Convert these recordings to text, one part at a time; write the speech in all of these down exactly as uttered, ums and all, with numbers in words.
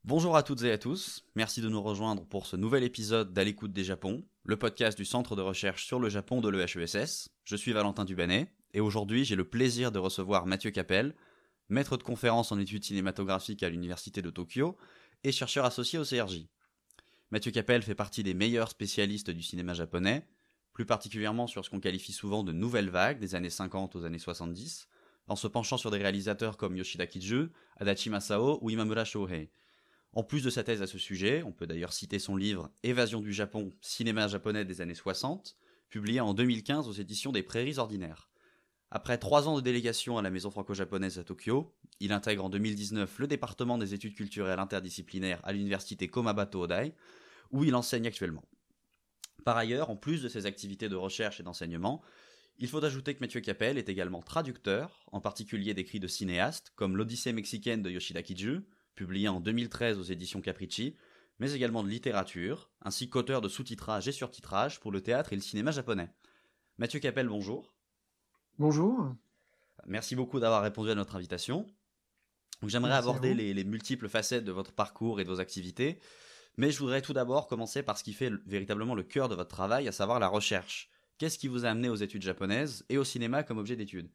Bonjour à toutes et à tous, merci de nous rejoindre pour ce nouvel épisode d'À l'écoute des Japons, le podcast du Centre de recherche sur le Japon de l'E H E S S. Je suis Valentin Dubanet, et aujourd'hui j'ai le plaisir de recevoir Mathieu Capel, maître de conférence en études cinématographiques à l'Université de Tokyo et chercheur associé au C R J. Mathieu Capel fait partie des meilleurs spécialistes du cinéma japonais, plus particulièrement sur ce qu'on qualifie souvent de nouvelle vague des années cinquante aux années soixante-dix, en se penchant sur des réalisateurs comme Yoshida Kiju, Adachi Masao ou Imamura Shohei. En plus de sa thèse à ce sujet, on peut d'ailleurs citer son livre Évasion du Japon, cinéma japonais des années soixante, publié en deux mille quinze aux éditions des Prairies Ordinaires. Après trois ans de délégation à la Maison franco-japonaise à Tokyo, il intègre en deux mille dix-neuf le département des études culturelles interdisciplinaires à l'université Komabato Odai, où il enseigne actuellement. Par ailleurs, en plus de ses activités de recherche et d'enseignement, il faut ajouter que Mathieu Capel est également traducteur, en particulier d'écrits de cinéastes comme L'Odyssée mexicaine de Yoshida Kiju, publié en deux mille treize aux éditions Capricci, mais également de littérature, ainsi qu'auteur de sous-titrage et surtitrage pour le théâtre et le cinéma japonais. Mathieu Capel, bonjour. Bonjour, Merci beaucoup d'avoir répondu à notre invitation. J'aimerais merci à aborder vous. les, les multiples facettes de votre parcours et de vos activités, mais je voudrais tout d'abord commencer par ce qui fait le- véritablement le cœur de votre travail, à savoir la recherche. Qu'est-ce qui vous a amené aux études japonaises et au cinéma comme objet d'étude?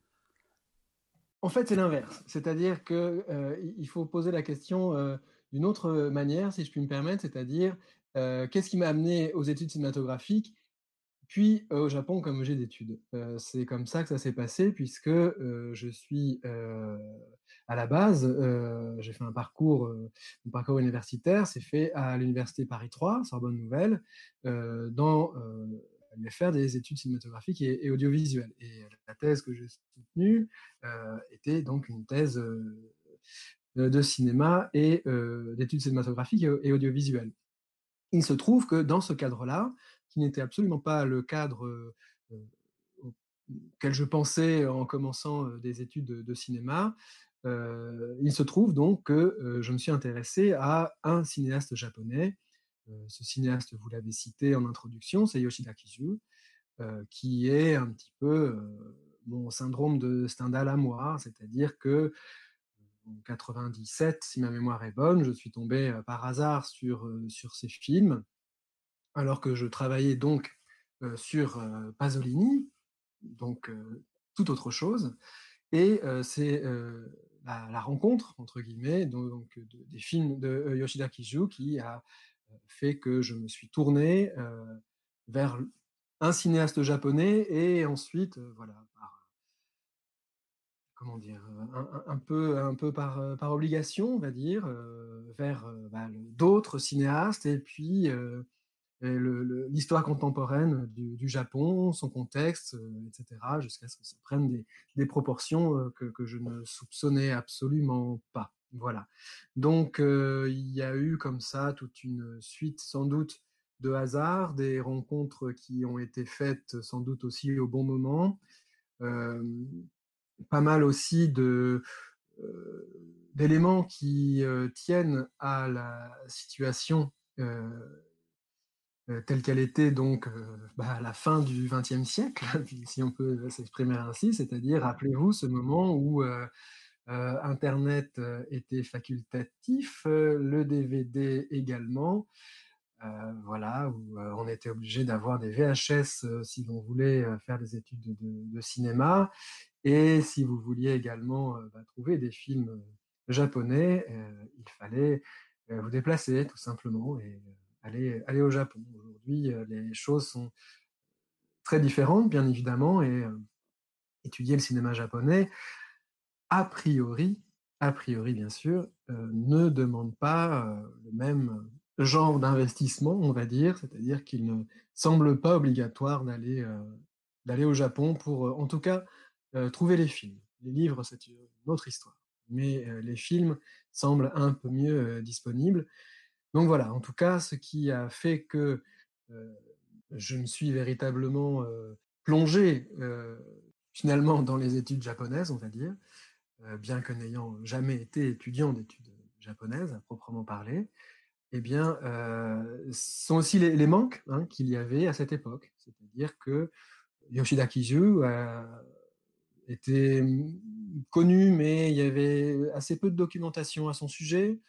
En fait, c'est l'inverse, c'est-à-dire que euh, il faut poser la question euh, d'une autre manière, si je puis me permettre, c'est-à-dire euh, qu'est-ce qui m'a amené aux études cinématographiques, puis euh, au Japon comme objet d'étude. Euh, c'est comme ça que ça s'est passé, puisque euh, je suis euh, à la base, euh, j'ai fait un parcours, euh, mon parcours universitaire, c'est fait à l'université Paris trois, Sorbonne Nouvelle, euh, dans euh, à faire des études cinématographiques et, et audiovisuelles. Et la thèse que j'ai soutenue euh, était donc une thèse euh, de cinéma et euh, d'études cinématographiques et, et audiovisuelles. Il se trouve que dans ce cadre-là, qui n'était absolument pas le cadre euh, auquel je pensais en commençant euh, des études de, de cinéma, euh, il se trouve donc que euh, je me suis intéressé à un cinéaste japonais. Euh, ce cinéaste, vous l'avez cité en introduction, c'est Yoshida Kiju, euh, qui est un petit peu euh, mon syndrome de Stendhal à moi, c'est-à-dire que en quatre-vingt-dix-sept, si ma mémoire est bonne, je suis tombé euh, par hasard sur, euh, sur ces films, alors que je travaillais donc euh, sur euh, Pasolini, donc euh, tout autre chose. Et euh, c'est euh, la, la, rencontre, entre guillemets, donc, donc de, des films de euh, Yoshida Kiju qui a euh, fait que je me suis tourné euh, vers un cinéaste japonais et ensuite, euh, voilà, par, comment dire, un, un, peu, un peu par, par obligation, on va dire, euh, vers euh, bah, d'autres cinéastes et puis euh, l'histoire contemporaine du, du, Japon, son contexte, euh, et cetera, jusqu'à ce que ça prenne des, des proportions euh, que, que, je ne soupçonnais absolument pas. Voilà. Donc, euh, il y a eu comme ça toute une suite, sans doute, de hasards, des rencontres qui ont été faites sans doute aussi au bon moment, euh, pas mal aussi de euh, d'éléments qui euh, tiennent à la situation euh, euh, telle qu'elle était donc euh, bah, à la fin du vingtième siècle, si on peut s'exprimer ainsi, c'est-à-dire, rappelez-vous, ce moment où euh, euh, Internet euh, était facultatif, euh, le D V D également, euh, voilà, où euh, on était obligé d'avoir des V H S euh, si l'on voulait euh, faire des études de, de, de, cinéma, et si vous vouliez également euh, bah, trouver des films japonais, euh, il fallait euh, vous déplacer tout simplement et euh, aller, aller au Japon. Aujourd'hui, euh, les choses sont très différentes, bien évidemment, et euh, étudier le cinéma japonais, a priori, a priori bien sûr, euh, ne demande pas euh, le même genre d'investissement, on va dire, c'est-à-dire qu'il ne semble pas obligatoire d'aller euh, d'aller au Japon pour, euh, en tout cas, euh, trouver les films. Les livres, c'est une autre histoire, mais euh, les films semblent un peu mieux euh, disponibles. Donc voilà, en tout cas, ce qui a fait que euh, je me suis véritablement euh, plongé euh, finalement dans les études japonaises, on va dire, euh, bien que n'ayant jamais été étudiant d'études japonaises à proprement parler, eh bien, euh, sont aussi les, les manques hein, qu'il y avait à cette époque. C'est-à-dire que Yoshida Kiju euh, était connu, mais il y avait assez peu de documentation à son sujet.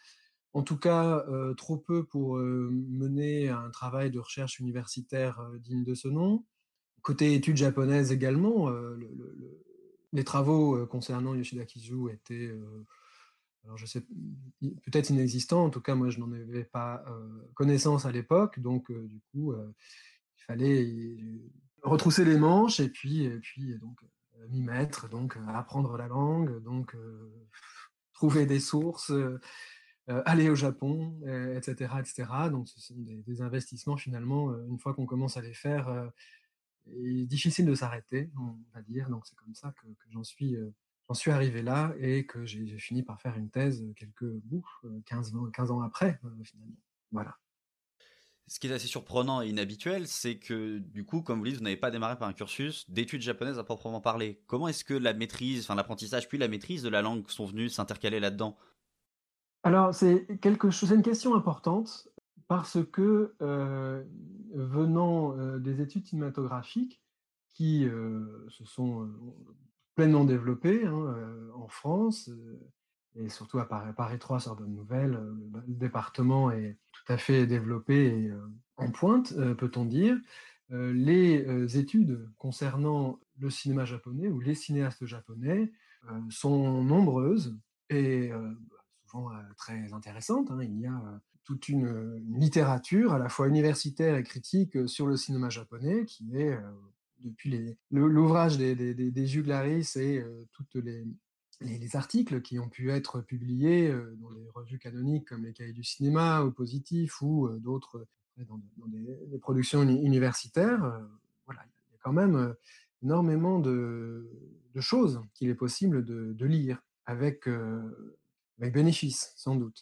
En tout cas, heu, trop peu pour, heu, mener un travail de recherche universitaire, heu, digne de ce nom. Côté études japonaises également, heu, le le le les travaux, heu, concernant Yoshida Kizu étaient, heu, alors je sais i peut-être inexistants, en tout cas moi je n'en avais pas, heu, connaissance à l'époque, donc heu, du coup, heu, il fallait i retrousser les manches et puis et puis donc heu, m'y mettre, donc heu, apprendre la langue, donc heu, trouver des sources, heu heu, aller au Japon, et et cetera et cetera. Donc ce sont des des investissements finalement, heu, une fois qu'on commence à les faire, heu, il est difficile de s'arrêter, on va dire. Donc c'est comme ça que que j'en suis, heu, j'en suis arrivé là et que j'ai j'ai fini par faire une thèse, heu, quelques, ouf, heu, quinze vingt quinze ans après, heu, finalement. Voilà. Ce qui est assez surprenant et inhabituel, c'est que du coup, comme vous dites, vous n'avez pas démarré par un cursus d'études japonaises à proprement parler. Comment est-ce que la maîtrise, enfin l'apprentissage puis la maîtrise de la langue sont venus s'intercaler là-dedans? Alors c'est quelque chose c'est une question importante parce que, heu, venant, heu, des études cinématographiques qui, heu, se sont, heu, pleinement développées, hein, heu, en France, heu, et surtout à Paris Paris trois, Sorbonne Nouvelle, heu, le le département est tout à fait développé et heu, en pointe, heu, peut-on dire. Heu, les, heu, études concernant le cinéma japonais ou les cinéastes japonais, heu, sont nombreuses et heu, bah, souvent, heu, très intéressantes, hein. Il y a, heu, toute une, heu, une littérature à la fois universitaire et critique, heu, sur le cinéma japonais qui est, heu, depuis les le l'ouvrage des des des des juglaris et heu, toutes les les les articles qui ont pu être publiés, heu, dans des revues canoniques comme les Cahiers du cinéma ou Positif ou heu, d'autres, heu, dans dans des des productions uni universitaires, heu, voilà, il y a quand même, heu, énormément de de choses qu'il est possible de de lire avec, heu, avec bénéfice, sans doute.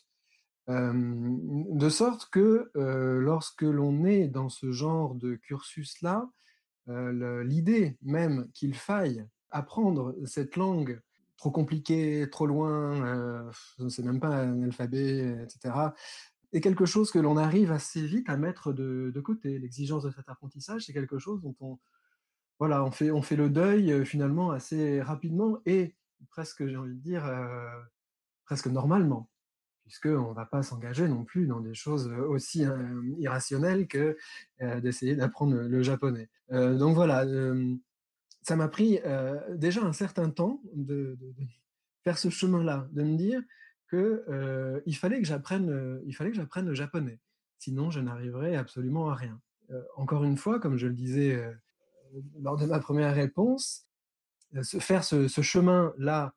Hem, de sorte que, heu, lorsque l'on est dans ce genre de cursus-là, heu, le l'idée même qu'il faille apprendre cette langue trop compliquée, trop loin, heu, c'est même pas un alphabet, et cetera, est quelque chose que l'on arrive assez vite à mettre de de côté. L'exigence de cet apprentissage, c'est quelque chose dont on voilà, on fait on fait le deuil, heu, finalement assez rapidement et presque, j'ai envie de dire, heu, presque normalement. Puisqu'on va pas s'engager non plus dans des choses, heu, aussi, hem, irrationnelles que, heu, d'essayer d'apprendre le le japonais. Heu, donc voilà, hem, ça m'a pris, heu, déjà un certain temps de de de faire ce chemin-là, de me dire que, heu, il fallait que j'apprenne, heu, il fallait que j'apprenne le japonais. Sinon je n'arriverais absolument à rien. Heu, encore une fois, comme je le disais, heu, lors de ma première réponse, heu, se faire ce ce chemin-là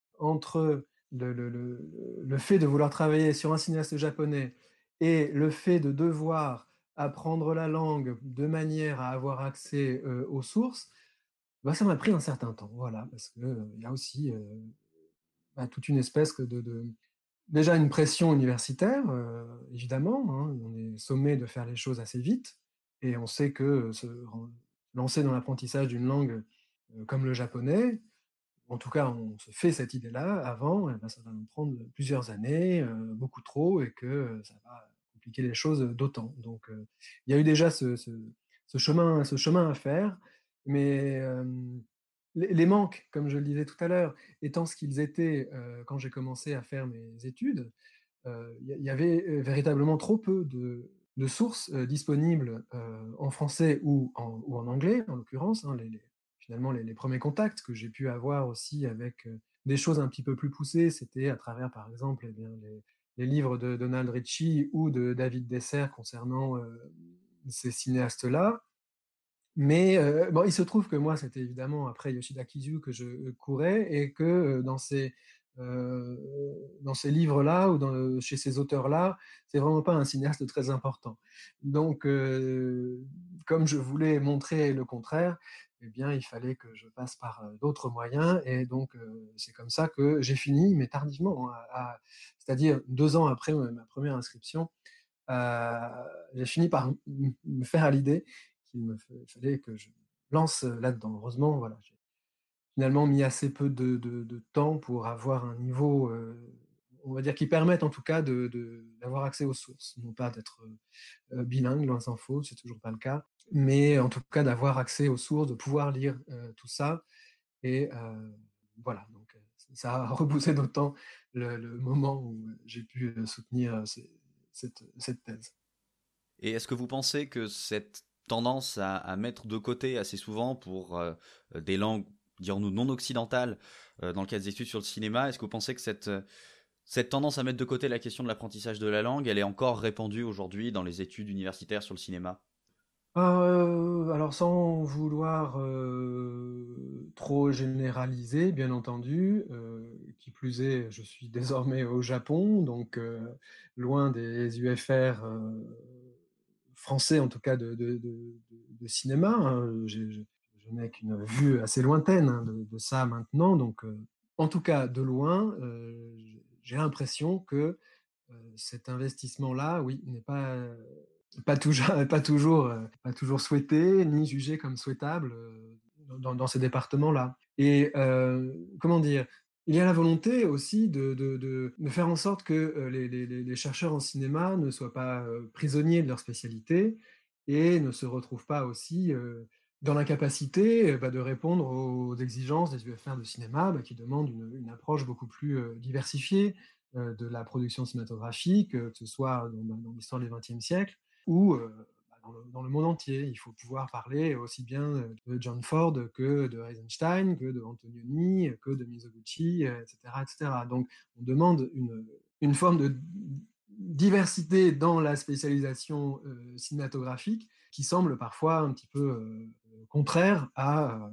entre le le le le fait de vouloir travailler sur un cinéaste japonais et le fait de devoir apprendre la langue de manière à avoir accès, heu, aux sources, bah, ça m'a pris un certain temps, voilà. Parce que, heu, il y a aussi, heu, bah, toute une espèce que de de déjà une pression universitaire, heu, évidemment, hein. On est sommé de faire les choses assez vite et on sait que, heu, se ren lancer dans l'apprentissage d'une langue, heu, comme le japonais, en tout cas, on se fait cette idée-là avant, et ben, ça va nous prendre plusieurs années, heu, beaucoup trop et que, heu, ça va compliquer les choses, d'autant. Donc, heu, il y a eu déjà ce ce ce chemin ce chemin à faire, mais, hem, les les manques, comme je le disais tout à l'heure, étant ce qu'ils étaient, heu, quand j'ai commencé à faire mes études, heu, il y a il y avait, heu, véritablement trop peu de de sources, heu, disponibles, heu, en français ou en ou en anglais, en l'occurrence, hein. Les les finalement, les les premiers contacts que j'ai pu avoir aussi avec, heu, des choses un petit peu plus poussées, c'était à travers, par exemple, eh bien, les les livres de Donald Ritchie ou de David Desser concernant, heu, ces cinéastes-là. Mais, heu, bon, il se trouve que moi, c'était évidemment après Yoshida Kizu que je, heu, courais et que, heu, dans ces, heu, dans ces livres-là ou dans chez ces auteurs-là, c'est vraiment pas un cinéaste très important. Donc, heu, comme je voulais montrer le contraire, eh bien, il fallait que je passe par, heu, d'autres moyens et donc, heu, c'est comme ça que j'ai fini, mais tardivement, hein, à c'est-à-dire deux ans après ma ma première inscription, heu, j'ai fini par m m me faire à l'idée qu'il me fa fallait que je me lance, heu, là-dedans. Heureusement, voilà, j'ai finalement mis assez peu de de de temps pour avoir un niveau, heu, on va dire qui permette en tout cas de de d'avoir accès aux sources. Non pas d'être, heu heu, bilingue, loin s'en faut, c'est toujours pas le cas, mais en tout cas d'avoir accès aux sources, de pouvoir lire, heu, tout ça et heu, voilà donc heu, ça a repoussé d'autant le, le moment où j'ai pu soutenir ces- cette, cette thèse. Et est-ce que vous pensez que cette tendance à, à mettre de côté assez souvent pour euh, des langues, dirons-nous, non occidentales, euh, dans le cas des études sur le cinéma, est-ce que vous pensez que cette, euh, cette tendance à mettre de côté la question de l'apprentissage de la langue, elle est encore répandue aujourd'hui dans les études universitaires sur le cinéma? Euh, alors sans vouloir euh, trop généraliser, bien entendu, euh, qui plus est, je suis désormais au Japon, donc euh, loin des U F R euh, français, en tout cas de, de- de- de- de cinéma, hein. J'ai- je, je n'ai qu'une vue assez lointaine, hein, de, de ça maintenant, donc euh, en tout cas de loin, euh, j'ai l'impression que euh, cet investissement-là, oui, n'est pas pas toujours, pas toujours, euh, pas toujours souhaité ni jugé comme souhaitable euh, dans, dans ces départements-là. Et euh, comment dire, il y a la volonté aussi de, de, de, de faire en sorte que euh, les, les, les, chercheurs en cinéma ne soient pas euh, prisonniers de leur spécialité et ne se retrouvent pas aussi euh, dans l'incapacité euh, bah, de répondre aux exigences des U F R de cinéma bah, qui demandent une, une approche beaucoup plus euh, diversifiée euh, de la production cinématographique, euh, que ce soit dans, dans l'histoire du vingtième siècle ou euh, bah, dans, le, dans, le, monde entier. Il faut pouvoir parler aussi bien de John Ford que de Eisenstein, que de Antonioni, que de Mizoguchi, et cetera, et cetera. Donc on demande une, une forme de diversité dans la spécialisation euh, cinématographique qui semble parfois un petit peu euh, contraire à, euh,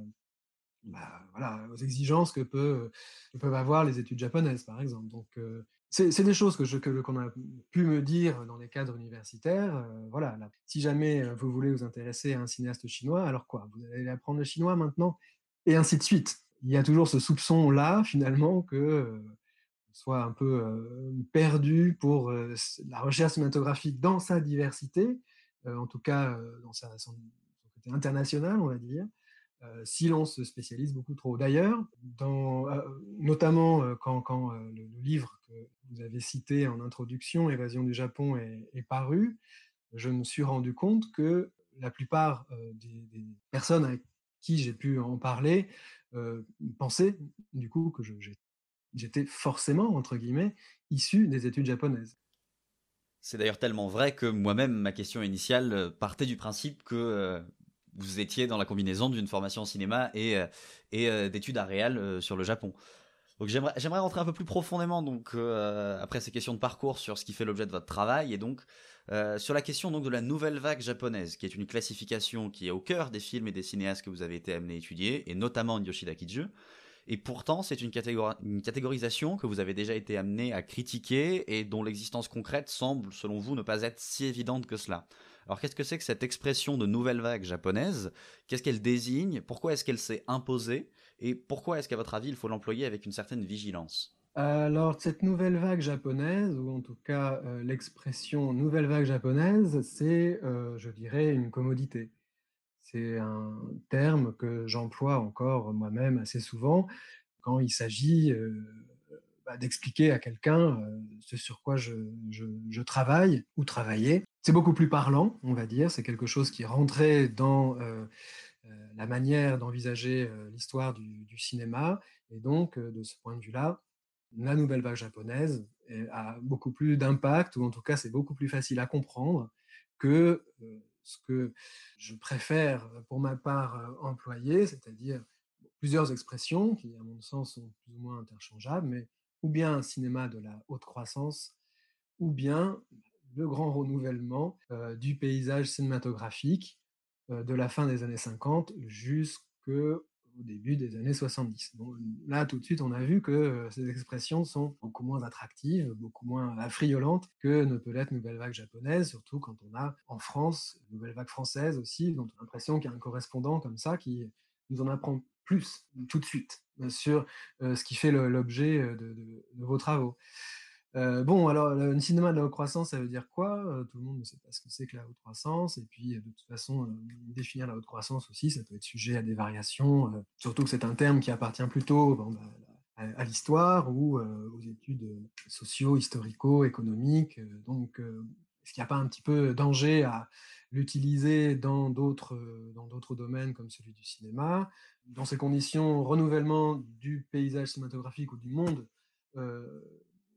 bah, voilà, aux exigences que, peut, que peuvent avoir les études japonaises, par exemple. Donc, euh, c'est des choses que je, que, qu'on a pu me dire dans les cadres universitaires. Euh, voilà, là, si jamais vous voulez vous intéresser à un cinéaste chinois, alors quoi? Vous allez apprendre le chinois maintenant? Et ainsi de suite. Il y a toujours ce soupçon-là, finalement, que euh, soit un peu euh, perdu pour euh, la recherche cinématographique dans sa diversité, euh, en tout cas euh, dans sa, son, son côté international, on va dire, euh, si l'on se spécialise beaucoup trop. D'ailleurs, dans, euh, notamment euh, quand, quand euh, le, le livre que vous avez cité en introduction, Évasion du Japon, est, est paru, je me suis rendu compte que la plupart euh, des, des personnes avec qui j'ai pu en parler euh, pensaient du coup que je, j'étais forcément, entre guillemets, issu des études japonaises. C'est d'ailleurs tellement vrai que moi-même, ma question initiale euh, partait du principe que euh, vous étiez dans la combinaison d'une formation en cinéma et, euh, et euh, d'études à réel euh, sur le Japon. Donc j'aimerais, j'aimerais rentrer un peu plus profondément donc euh, après ces questions de parcours sur ce qui fait l'objet de votre travail et donc euh, sur la question donc de la nouvelle vague japonaise, qui est une classification qui est au cœur des films et des cinéastes que vous avez été amené à étudier, et notamment Yoshida Kiju. Et pourtant, c'est une, catégor- une catégorisation que vous avez déjà été amené à critiquer et dont l'existence concrète semble, selon vous, ne pas être si évidente que cela. Alors qu'est-ce que c'est que cette expression de nouvelle vague japonaise? Qu'est-ce qu'elle désigne? Pourquoi est-ce qu'elle s'est imposée? Et pourquoi est-ce qu'à votre avis, il faut l'employer avec une certaine vigilance? Alors, cette nouvelle vague japonaise, ou en tout cas euh, l'expression nouvelle vague japonaise, c'est, euh, je dirais, une commodité. C'est un terme que j'emploie encore moi-même assez souvent quand il s'agit euh, bah, d'expliquer à quelqu'un euh, ce sur quoi je, je, je travaille ou travaillais. C'est beaucoup plus parlant, on va dire. C'est quelque chose qui est rentré dans euh, euh, la manière d'envisager euh, l'histoire du, du cinéma. Et donc, euh, de ce point de vue-là, la nouvelle vague japonaise a beaucoup plus d'impact, ou en tout cas, c'est beaucoup plus facile à comprendre que euh, ce que je préfère, pour ma part, euh, employer, c'est-à-dire plusieurs expressions qui, à mon sens, sont plus ou moins interchangeables, mais ou bien un cinéma de la haute croissance, ou bien le grand renouvellement euh, du paysage cinématographique euh, de la fin des années cinquante jusqu'au début des années soixante-dix. Bon, là, tout de suite, on a vu que euh, ces expressions sont beaucoup moins attractives, beaucoup moins affriolantes que ne peut l'être Nouvelle Vague japonaise, surtout quand on a en France, Nouvelle Vague française aussi, dont on a l'impression qu'il y a un correspondant comme ça qui nous en apprend plus tout de suite sur euh, ce qui fait l'objet de, de, de vos travaux. Euh, bon, alors, le cinéma de la haute croissance, ça veut dire quoi? Euh, Tout le monde ne sait pas ce que c'est que la haute croissance. Et puis, de toute façon, euh, définir la haute croissance aussi, ça peut être sujet à des variations. Euh, surtout que c'est un terme qui appartient plutôt bon, bah, à, à l'histoire ou euh, aux études socio, historico, économiques. Euh, donc, euh, est-ce qu'il n'y a pas un petit peu danger à l'utiliser dans d'autres dans d'autres domaines comme celui du cinéma? Dans ces conditions, renouvellement du paysage cinématographique ou du monde euh,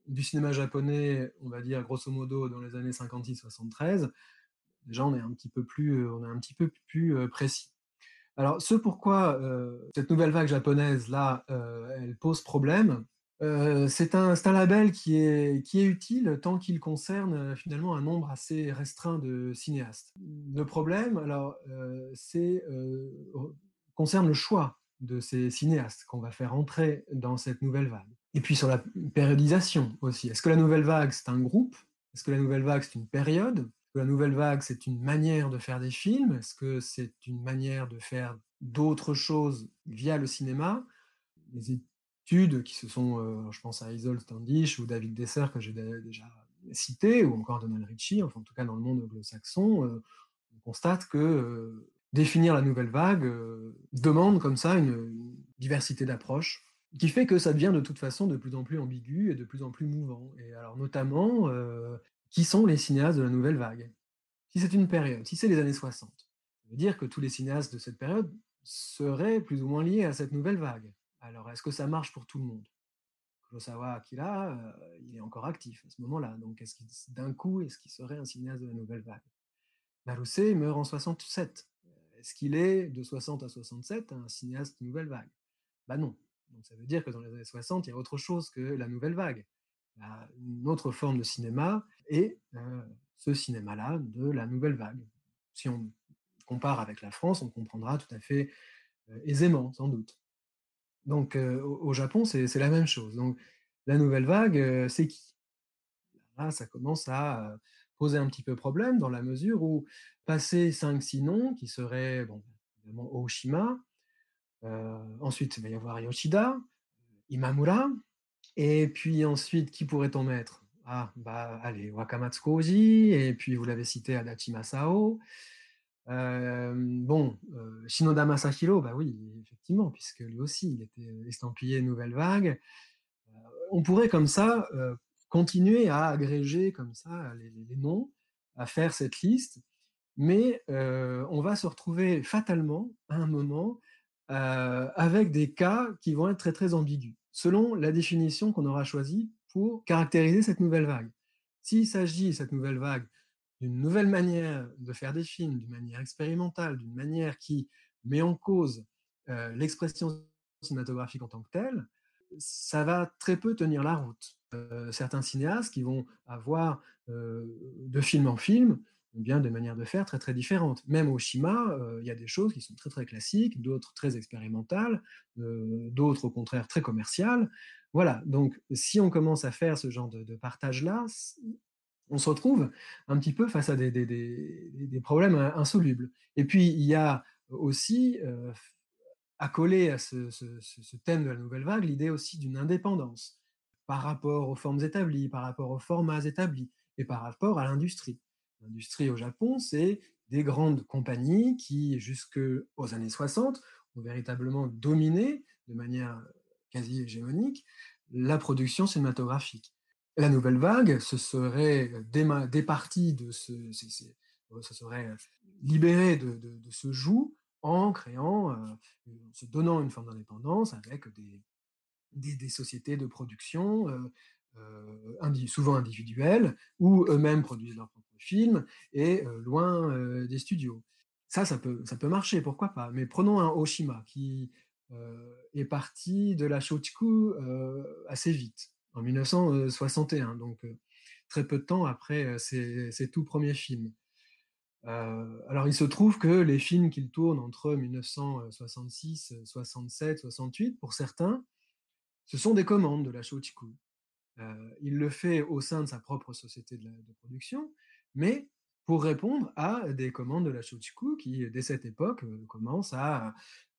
du cinéma japonais, on va dire grosso modo dans les années cinquante-six soixante-treize, déjà on est un petit peu plus, on est un petit peu plus euh, précis. Alors, ce pourquoi euh, cette nouvelle vague japonaise là, euh, elle pose problème, euh, c'est un, c'est un label qui est, qui est utile tant qu'il concerne euh, finalement un nombre assez restreint de cinéastes. Le problème, alors, euh, c'est euh, concerne le choix de ces cinéastes qu'on va faire entrer dans cette nouvelle vague. Et puis sur la périodisation aussi. Est-ce que la nouvelle vague, c'est un groupe? Est-ce que la nouvelle vague, c'est une période? Est-ce que la nouvelle vague, c'est une manière de faire des films? Est-ce que c'est une manière de faire d'autres choses via le cinéma? Les études qui se sont, euh, je pense à Isolde Standish ou David Desser que j'ai déjà cité, ou encore Donald Ritchie, enfin en tout cas dans le monde anglo-saxon, euh, on constate que euh, définir la nouvelle vague euh, demande comme ça une, une diversité d'approches qui fait que ça devient de toute façon de plus en plus ambigu et de plus en plus mouvant. Et alors notamment, euh, qui sont les cinéastes de la nouvelle vague? Si c'est une période, si c'est les années soixante, ça veut dire que tous les cinéastes de cette période seraient plus ou moins liés à cette nouvelle vague. Alors est-ce que ça marche pour tout le monde? Kurosawa Akira, euh, il est encore actif à ce moment-là, donc est-ce qu'il, d'un coup, est-ce qu'il serait un cinéaste de la nouvelle vague? Marousset meurt en soixante-sept. Est-ce qu'il est de soixante à soixante-sept un cinéaste nouvelle vague? Bah non. Donc ça veut dire que dans les années soixante, il y a autre chose que la nouvelle vague. Il y a une autre forme de cinéma et euh, ce cinéma-là de la nouvelle vague. Si on compare avec la France, on comprendra tout à fait euh, aisément, sans doute. Donc euh, au, au Japon, c'est c'est la même chose. Donc la nouvelle vague, euh, c'est qui? Là, ça commence à euh, poser un petit peu problème dans la mesure où, passer cinq six noms, qui seraient, bon, évidemment, Oshima, euh, ensuite il va y avoir Yoshida, Imamura, et puis ensuite, qui pourrait-on mettre? Ah, bah, allez, Wakamatsu Koji, et puis vous l'avez cité, Adachi Masao. Euh, bon, euh, Shinoda Masahiro, bah oui, effectivement, puisque lui aussi, il était estampillé Nouvelle Vague. On pourrait comme ça euh, continuer à agréger comme ça les, les, les noms, à faire cette liste, mais euh, on va se retrouver fatalement à un moment euh, avec des cas qui vont être très très ambigus, selon la définition qu'on aura choisie pour caractériser cette nouvelle vague. S'il s'agit, cette nouvelle vague, d'une nouvelle manière de faire des films, d'une manière expérimentale, d'une manière qui met en cause euh, l'expression cinématographique en tant que telle, ça va très peu tenir la route. Euh, certains cinéastes qui vont avoir euh, de film en film, eh bien des manières de faire très très différentes. Même au Shima, euh, il y a des choses qui sont très très classiques, d'autres très expérimentales, euh, d'autres au contraire très commerciales. Voilà, donc si on commence à faire ce genre de, de partage-là, on se retrouve un petit peu face à des, des, des, des problèmes insolubles. Et puis il y a aussi, euh, accolé à ce, ce, ce, thème de la nouvelle vague, l'idée aussi d'une indépendance par rapport aux formes établies, par rapport aux formats établis et par rapport à l'industrie. L'industrie au Japon, c'est des grandes compagnies qui, jusqu'aux années soixante, ont véritablement dominé de manière quasi hégémonique la production cinématographique. La nouvelle vague se serait départie de ce, se serait libérée de, de, de ce joug en créant, euh, en se donnant une forme d'indépendance avec des, des, des sociétés de production, euh, euh, indi- souvent individuelles, où eux-mêmes produisent leurs propres films et euh, loin euh, des studios. Ça, ça peut, ça peut marcher, pourquoi pas. Mais prenons un Oshima qui euh, est parti de la Shochiku euh, assez vite, en mille neuf cent soixante et un, donc euh, très peu de temps après euh, ses, ses tout premiers films. Euh, alors, il se trouve que les films qu'il tourne entre mille neuf cent soixante-six, soixante-sept, soixante-huit, pour certains, ce sont des commandes de la Shochiku. Euh, il le fait au sein de sa propre société de, la, de production, mais pour répondre à des commandes de la Shochiku qui, dès cette époque, euh, commencent à,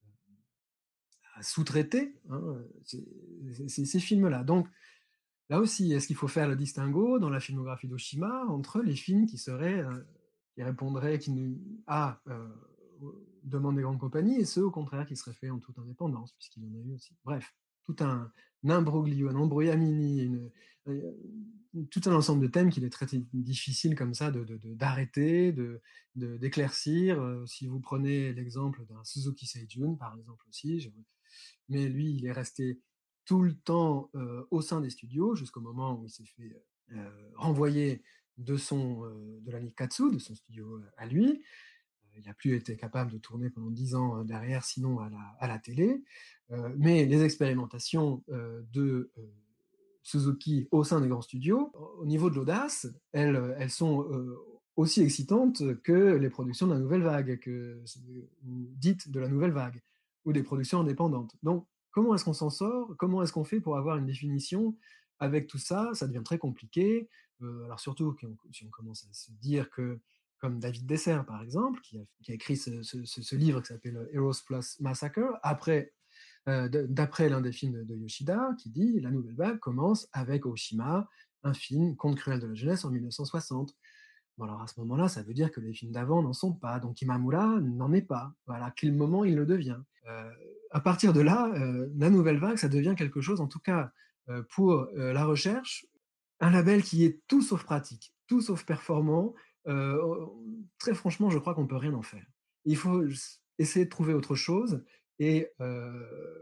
à sous-traiter hein, ces, ces, ces films-là. Donc, là aussi, est-ce qu'il faut faire le distinguo dans la filmographie d'Oshima entre les films qui seraient, euh, qui répondraient qui ne, à euh, aux demandes des grandes compagnies et ceux au contraire qui seraient faits en toute indépendance, puisqu'il y en a eu aussi. Bref, tout un, un imbroglio, un embrouillamini, une, euh, tout un ensemble de thèmes qu'il est très difficile comme ça de, de, de, d'arrêter, de, de, d'éclaircir. Euh, si vous prenez l'exemple d'un Suzuki Seijun, par exemple aussi, je, mais lui, il est resté tout le temps euh, au sein des studios jusqu'au moment où il s'est fait euh, renvoyer de son euh, de la Nikatsu, de son studio euh, à lui. Il n'a plus été capable de tourner pendant dix ans euh, derrière, sinon à la, à la télé. Euh, mais les expérimentations euh, de euh, Suzuki au sein des grands studios, au niveau de l'audace, elles, elles sont euh, aussi excitantes que les productions de la nouvelle vague, que, ou dites de la nouvelle vague, ou des productions indépendantes. Donc, comment est-ce qu'on s'en sort? Comment est-ce qu'on fait pour avoir une définition avec tout ça? Ça devient très compliqué. Euh, alors surtout si on commence à se dire que, comme David Desser par exemple, qui a, qui a écrit ce, ce, ce, livre qui s'appelle Heroes Plus Massacre, après euh, d'après l'un des films de, de Yoshida, qui dit la nouvelle vague commence avec Oshima, un film Conte cruel de la jeunesse en mille neuf cent soixante. Bon, alors à ce moment-là, ça veut dire que les films d'avant n'en sont pas, donc Imamura n'en est pas. Voilà, à quel moment il le devient. Euh, à partir de là, euh, la nouvelle vague, ça devient quelque chose, en tout cas euh, pour euh, la recherche, un label qui est tout sauf pratique, tout sauf performant. Euh, très franchement, je crois qu'on ne peut rien en faire. Il faut essayer de trouver autre chose et euh,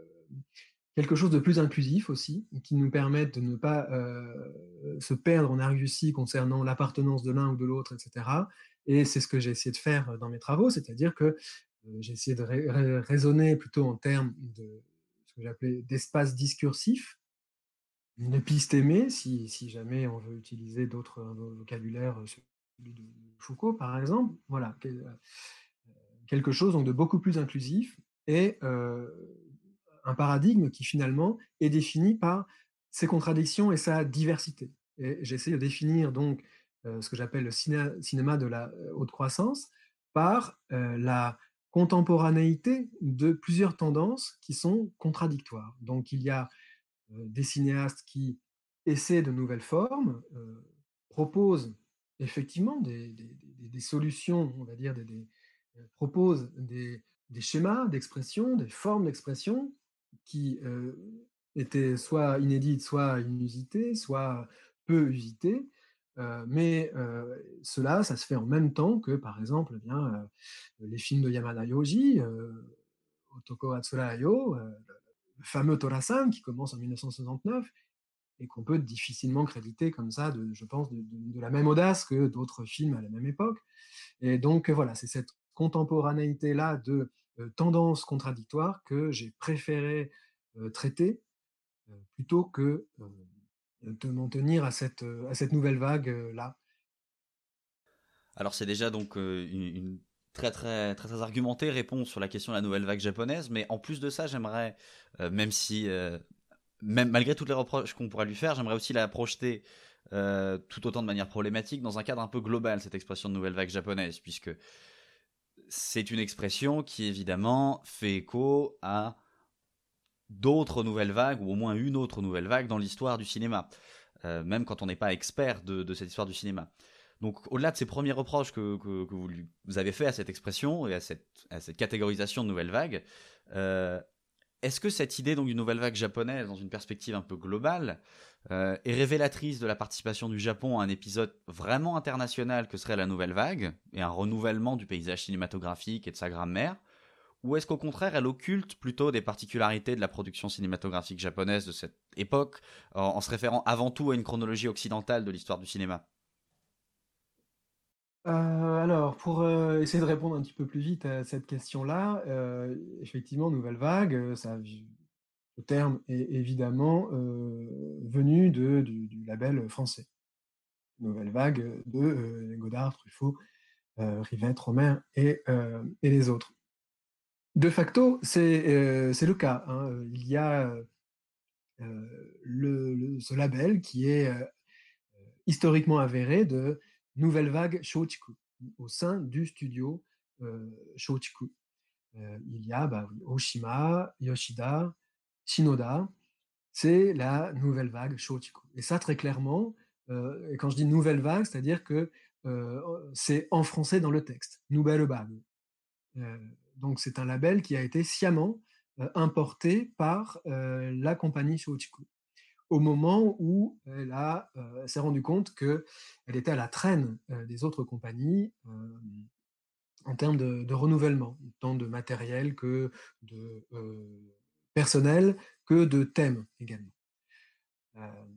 quelque chose de plus inclusif aussi, qui nous permette de ne pas euh, se perdre en arguties concernant l'appartenance de l'un ou de l'autre, et cetera. Et c'est ce que j'ai essayé de faire dans mes travaux, c'est-à-dire que euh, j'ai essayé de ra raisonner plutôt en termes de ce que j'appelais d'espace discursif, une épistémée, si, si jamais on veut utiliser d'autres vocabulaires, celui de Foucault par exemple, voilà, quelque chose donc de beaucoup plus inclusif et euh, un paradigme qui finalement est défini par ses contradictions et sa diversité. Et j'essaie de définir donc euh, ce que j'appelle le ciné cinéma de la haute croissance par euh, la contemporanéité de plusieurs tendances qui sont contradictoires. Donc il y a euh, des cinéastes qui essaient de nouvelles formes, euh, proposent effectivement des, des, des, des, solutions, on va dire, des, des, euh, proposent des, des schémas d'expression, des formes d'expression qui euh, étaient soit inédites, soit inusitées, soit peu usitées. Euh, mais euh, cela, ça se fait en même temps que, par exemple, eh bien, euh, les films de Yamada Yoji, euh, Otoko Hatsura Ayo, euh, le fameux Tora-san qui commence en mille neuf cent soixante-neuf et qu'on peut difficilement créditer comme ça, de, je pense, de, de, de la même audace que d'autres films à la même époque. Et donc voilà, c'est cette contemporanéité-là de euh, tendances contradictoires que j'ai préféré euh, traiter euh, plutôt que euh, de m'en tenir à cette, euh, à cette nouvelle vague-là. Alors c'est déjà donc euh, une, une très, très très très argumentée réponse sur la question de la nouvelle vague japonaise, mais en plus de ça, j'aimerais, euh, même si, euh, même malgré toutes les reproches qu'on pourrait lui faire, j'aimerais aussi la projeter euh, tout autant de manière problématique dans un cadre un peu global, cette expression de nouvelle vague japonaise, puisque c'est une expression qui évidemment fait écho à d'autres nouvelles vagues, ou au moins une autre nouvelle vague dans l'histoire du cinéma, euh, même quand on n'est pas expert de, de cette histoire du cinéma. Donc, au-delà de ces premiers reproches que, que, que vous, vous, avez fait à cette expression et à cette, à cette catégorisation de nouvelle vague, euh, est-ce que cette idée donc d'une nouvelle vague japonaise, dans une perspective un peu globale, euh, est révélatrice de la participation du Japon à un épisode vraiment international que serait la nouvelle vague, et un renouvellement du paysage cinématographique et de sa grammaire, ou est-ce qu'au contraire elle occulte plutôt des particularités de la production cinématographique japonaise de cette époque, en, en se référant avant tout à une chronologie occidentale de l'histoire du cinéma? Euh, alors, pour euh, essayer de répondre un petit peu plus vite à cette question-là, euh, effectivement, nouvelle vague, euh, ça, le terme est évidemment euh, venu de, du, du label français. Nouvelle vague de euh, Godard, Truffaut, euh, Rivette, Romer et, euh, et les autres. De facto, c'est euh, c'est le cas. Hein. Il y a euh, le, le, ce label qui est euh, historiquement avéré de nouvelle vague Shochiku au sein du studio euh, Shochiku. Euh, il y a bah, Oshima, Yoshida, Shinoda, c'est la nouvelle vague Shochiku. Et ça, très clairement, euh, et quand je dis nouvelle vague, c'est-à-dire que euh, c'est en français dans le texte, nouvelle vague. Euh, donc c'est un label qui a été sciemment euh, importé par euh, la compagnie Shochiku au moment où elle, a, euh, elle s'est rendue compte qu'elle était à la traîne euh, des autres compagnies euh, en termes de, de renouvellement, tant de matériel que de euh, personnel que de thèmes également. Euh,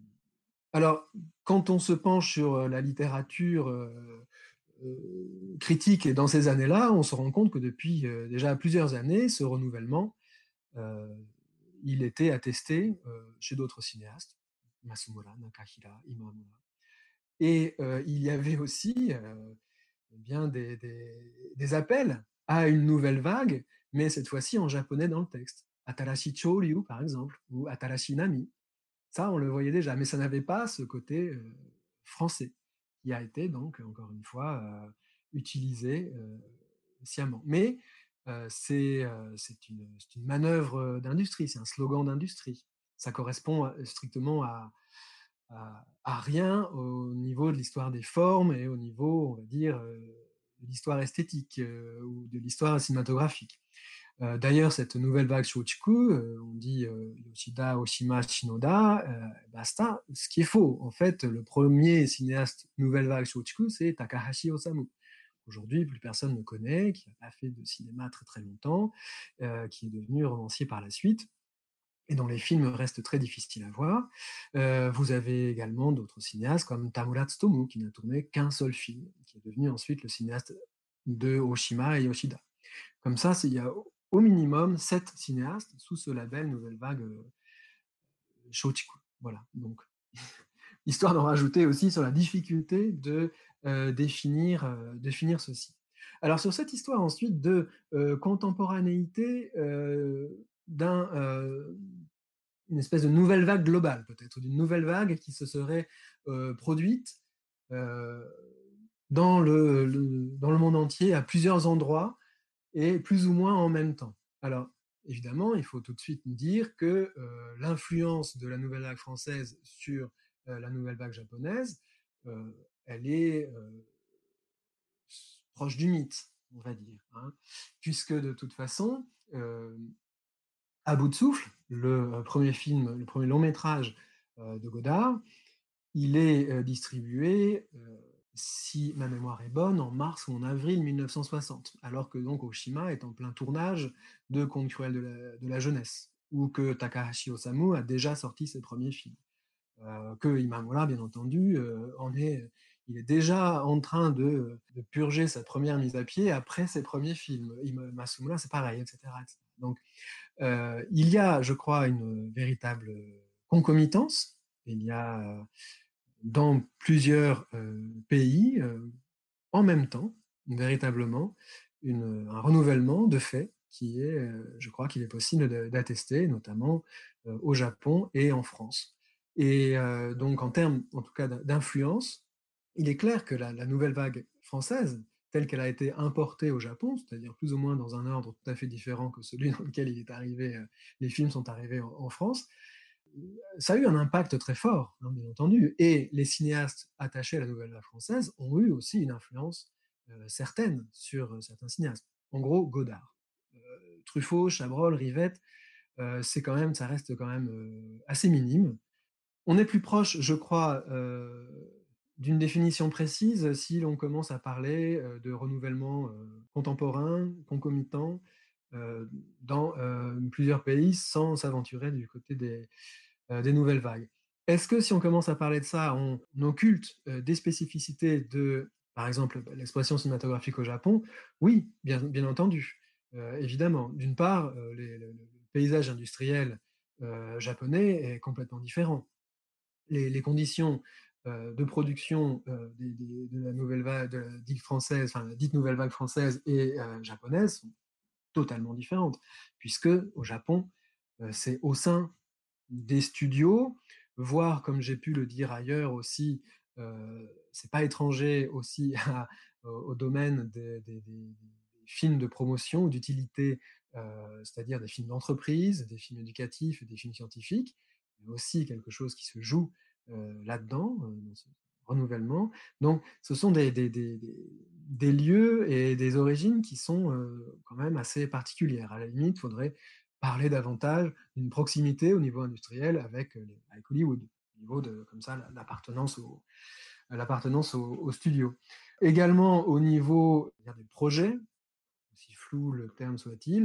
alors, quand on se penche sur la littérature euh, euh, critique dans ces années-là, on se rend compte que depuis euh, déjà plusieurs années, ce renouvellement, euh, il était attesté euh, chez d'autres cinéastes, Masumura, Nakahira, Imamura. Et euh, il y avait aussi euh, eh bien des, des, des appels à une nouvelle vague, mais cette fois-ci en japonais dans le texte. Atarashi Choryu, par exemple, ou Atarashi Nami. Ça, on le voyait déjà, mais ça n'avait pas ce côté euh, français, qui a été donc, encore une fois, euh, utilisé euh, sciemment. Mais euh, c'est euh, c'est une, c'est une manœuvre d'industrie, c'est un slogan d'industrie. Ça correspond strictement à, à, à rien au niveau de l'histoire des formes et au niveau, on va dire, euh, de l'histoire esthétique euh, ou de l'histoire cinématographique. Euh, D'ailleurs, cette nouvelle vague Shochiku, euh, on dit euh, Yoshida, Oshima, Shinoda, euh, basta, ce qui est faux. En fait, le premier cinéaste nouvelle vague Shochiku, c'est Takahashi Osamu. Aujourd'hui, plus personne ne connaît, qui n'a pas fait de cinéma très très longtemps, euh, qui est devenu romancier par la suite et dont les films restent très difficiles à voir. Euh, vous avez également d'autres cinéastes comme Tamura Tsutomu, qui n'a tourné qu'un seul film, qui est devenu ensuite le cinéaste de Oshima et Yoshida. Comme ça, il y a au minimum sept cinéastes sous ce label Nouvelle Vague euh, Shochiku. Voilà, donc histoire d'en rajouter aussi sur la difficulté de euh, définir, euh, définir ceci. Alors sur cette histoire ensuite de euh, contemporanéité euh, d'un euh, une espèce de nouvelle vague globale, peut-être, d'une nouvelle vague qui se serait euh, produite euh, dans, le, le, dans le monde entier, à plusieurs endroits, et plus ou moins en même temps. Alors, évidemment, il faut tout de suite dire que euh, l'influence de la nouvelle vague française sur euh, la nouvelle vague japonaise, euh, elle est euh, proche du mythe, on va dire, hein, puisque de toute façon, euh, à bout de souffle, le premier film, le premier long métrage euh, de Godard, il est euh, distribué, euh, si ma mémoire est bonne, en mars ou en avril mille neuf cent soixante, alors que donc Oshima est en plein tournage de Contes cruels de la, de la jeunesse, ou que Takahashi Osamu a déjà sorti ses premiers films. Euh, que Imamura, bien entendu, euh, en est, il est déjà en train de, de, purger sa première mise à pied après ses premiers films. Masumura, c'est pareil, et cetera, et cetera. Donc, euh, il y a, je crois, une véritable concomitance. Il y a dans plusieurs euh, pays, euh, en même temps, véritablement, une, un renouvellement de faits qui est, euh, je crois qu'il est possible d'attester, notamment euh, au Japon et en France. Et euh, donc, en termes, en tout cas, d'influence, il est clair que la, la nouvelle vague française, telle qu'elle a été importée au Japon, c'est-à-dire plus ou moins dans un ordre tout à fait différent que celui dans lequel il est arrivé, euh, les films sont arrivés en, en France, ça a eu un impact très fort, hein, bien entendu. Et les cinéastes attachés à la nouvelle vague française ont eu aussi une influence euh, certaine sur euh, certains cinéastes. En gros, Godard. Euh, Truffaut, Chabrol, Rivette, euh, c'est quand même, ça reste quand même euh, assez minime. On est plus proche, je crois, euh, d'une définition précise si l'on commence à parler euh, de renouvellement euh, contemporain, concomitant, euh, dans euh, plusieurs pays sans s'aventurer du côté des, euh, des nouvelles vagues. Est-ce que si on commence à parler de ça, on, on occulte euh, des spécificités de, par exemple, l'expression cinématographique au Japon? Oui, bien, bien entendu, euh, évidemment. D'une part, euh, les, le, le, paysage industriel euh, japonais est complètement différent. Les, les conditions euh, de production euh, des, des, de la nouvelle vague, de la dite française, enfin la dite nouvelle vague française et euh, japonaise sont totalement différentes, puisque au Japon, euh, c'est au sein des studios, voire, comme j'ai pu le dire ailleurs aussi, euh, c'est pas étranger aussi à, au domaine des, des, des, des, films de promotion ou d'utilité, euh, c'est-à-dire des films d'entreprise, des films éducatifs et des films scientifiques. Il y a aussi quelque chose qui se joue euh, là-dedans, euh, dans ce renouvellement. Donc, ce sont des, des, des, des lieux et des origines qui sont euh, quand même assez particulières. À la limite, il faudrait parler davantage d'une proximité au niveau industriel avec, avec Hollywood, au niveau de comme ça l'appartenance au, l'appartenance au, au studio. Également au niveau des projets, aussi flou le terme soit-il,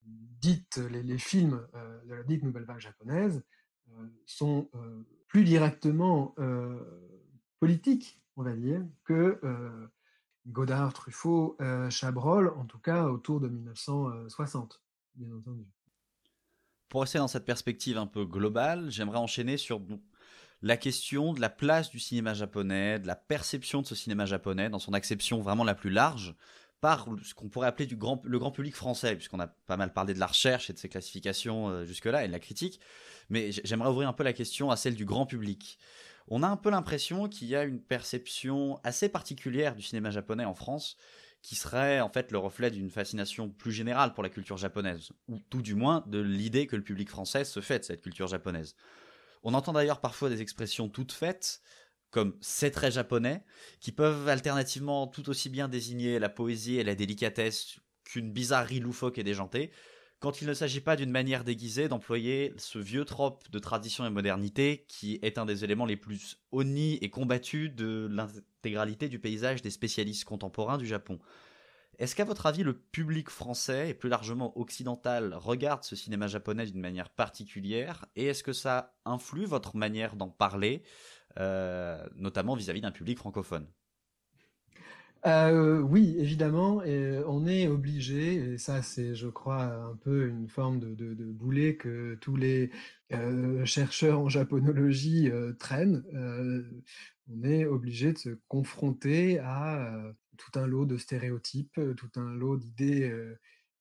dites, les, les films euh, de la dite nouvelle vague japonaise euh, sont euh, plus directement euh, politiques, on va dire, que euh, Godard, Truffaut, euh, Chabrol, en tout cas autour de mille neuf cent soixante, bien entendu. Pour rester dans cette perspective un peu globale, j'aimerais enchaîner sur bon, la question de la place du cinéma japonais, de la perception de ce cinéma japonais dans son acception vraiment la plus large par ce qu'on pourrait appeler du grand, le grand public français, puisqu'on a pas mal parlé de la recherche et de ses classifications euh, jusque-là et de la critique, mais j'aimerais ouvrir un peu la question à celle du grand public. On a un peu l'impression qu'il y a une perception assez particulière du cinéma japonais en France, qui serait en fait le reflet d'une fascination plus générale pour la culture japonaise, ou tout du moins de l'idée que le public français se fait de cette culture japonaise. On entend d'ailleurs parfois des expressions toutes faites, comme c'est très japonais, qui peuvent alternativement tout aussi bien désigner la poésie et la délicatesse qu'une bizarrerie loufoque et déjantée, quand il ne s'agit pas d'une manière déguisée d'employer ce vieux trope de tradition et modernité qui est un des éléments les plus honnis et combattus de l'intégralité du paysage des spécialistes contemporains du Japon. Est-ce qu'à votre avis, le public français et plus largement occidental regarde ce cinéma japonais d'une manière particulière et est-ce que ça influe votre manière d'en parler, euh, notamment vis-à-vis d'un public francophone? Euh, oui, évidemment, et on est obligé, et ça c'est, je crois, un peu une forme de, de, de boulet que tous les euh, chercheurs en japonologie euh, traînent. Euh, on est obligé de se confronter à euh, tout un lot de stéréotypes, tout un lot d'idées euh,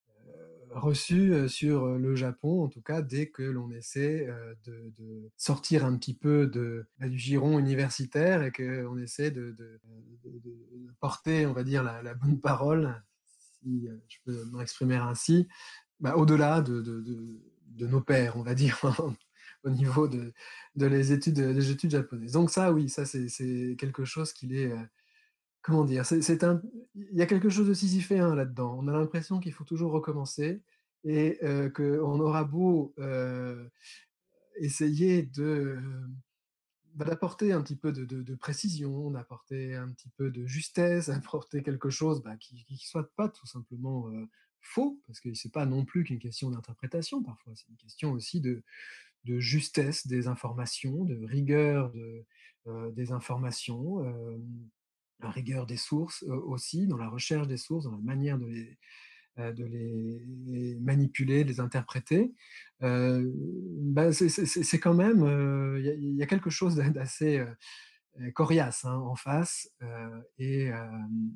reçu euh, sur euh, le Japon, en tout cas, dès que l'on essaie euh, de, de sortir un petit peu de, bah, du giron universitaire et qu'on essaie de, de, de, de porter, on va dire, la, la bonne parole, si euh, je peux m'exprimer ainsi, bah, au-delà de, de, de, de nos pairs, on va dire, au niveau de, de les études, des études japonaises. Donc ça, oui, ça c'est quelque chose qui est... Euh, comment dire, c'est, c'est un, il y a quelque chose de sisyphéen là-dedans. On a l'impression qu'il faut toujours recommencer et euh, qu'on aura beau euh, essayer de, bah, d'apporter un petit peu de, de, de précision, d'apporter un petit peu de justesse, d'apporter quelque chose bah, qui ne soit pas tout simplement euh, faux, parce que c'est pas non plus qu'une question d'interprétation parfois, c'est une question aussi de, de justesse des informations, de rigueur de, euh, des informations. Euh, la rigueur des sources euh, aussi, dans la recherche des sources, dans la manière de les, euh, de les manipuler, de les interpréter, euh, bah, c'est quand même, il euh, y, y, a quelque chose d'assez euh, coriace hein, en face euh, et euh,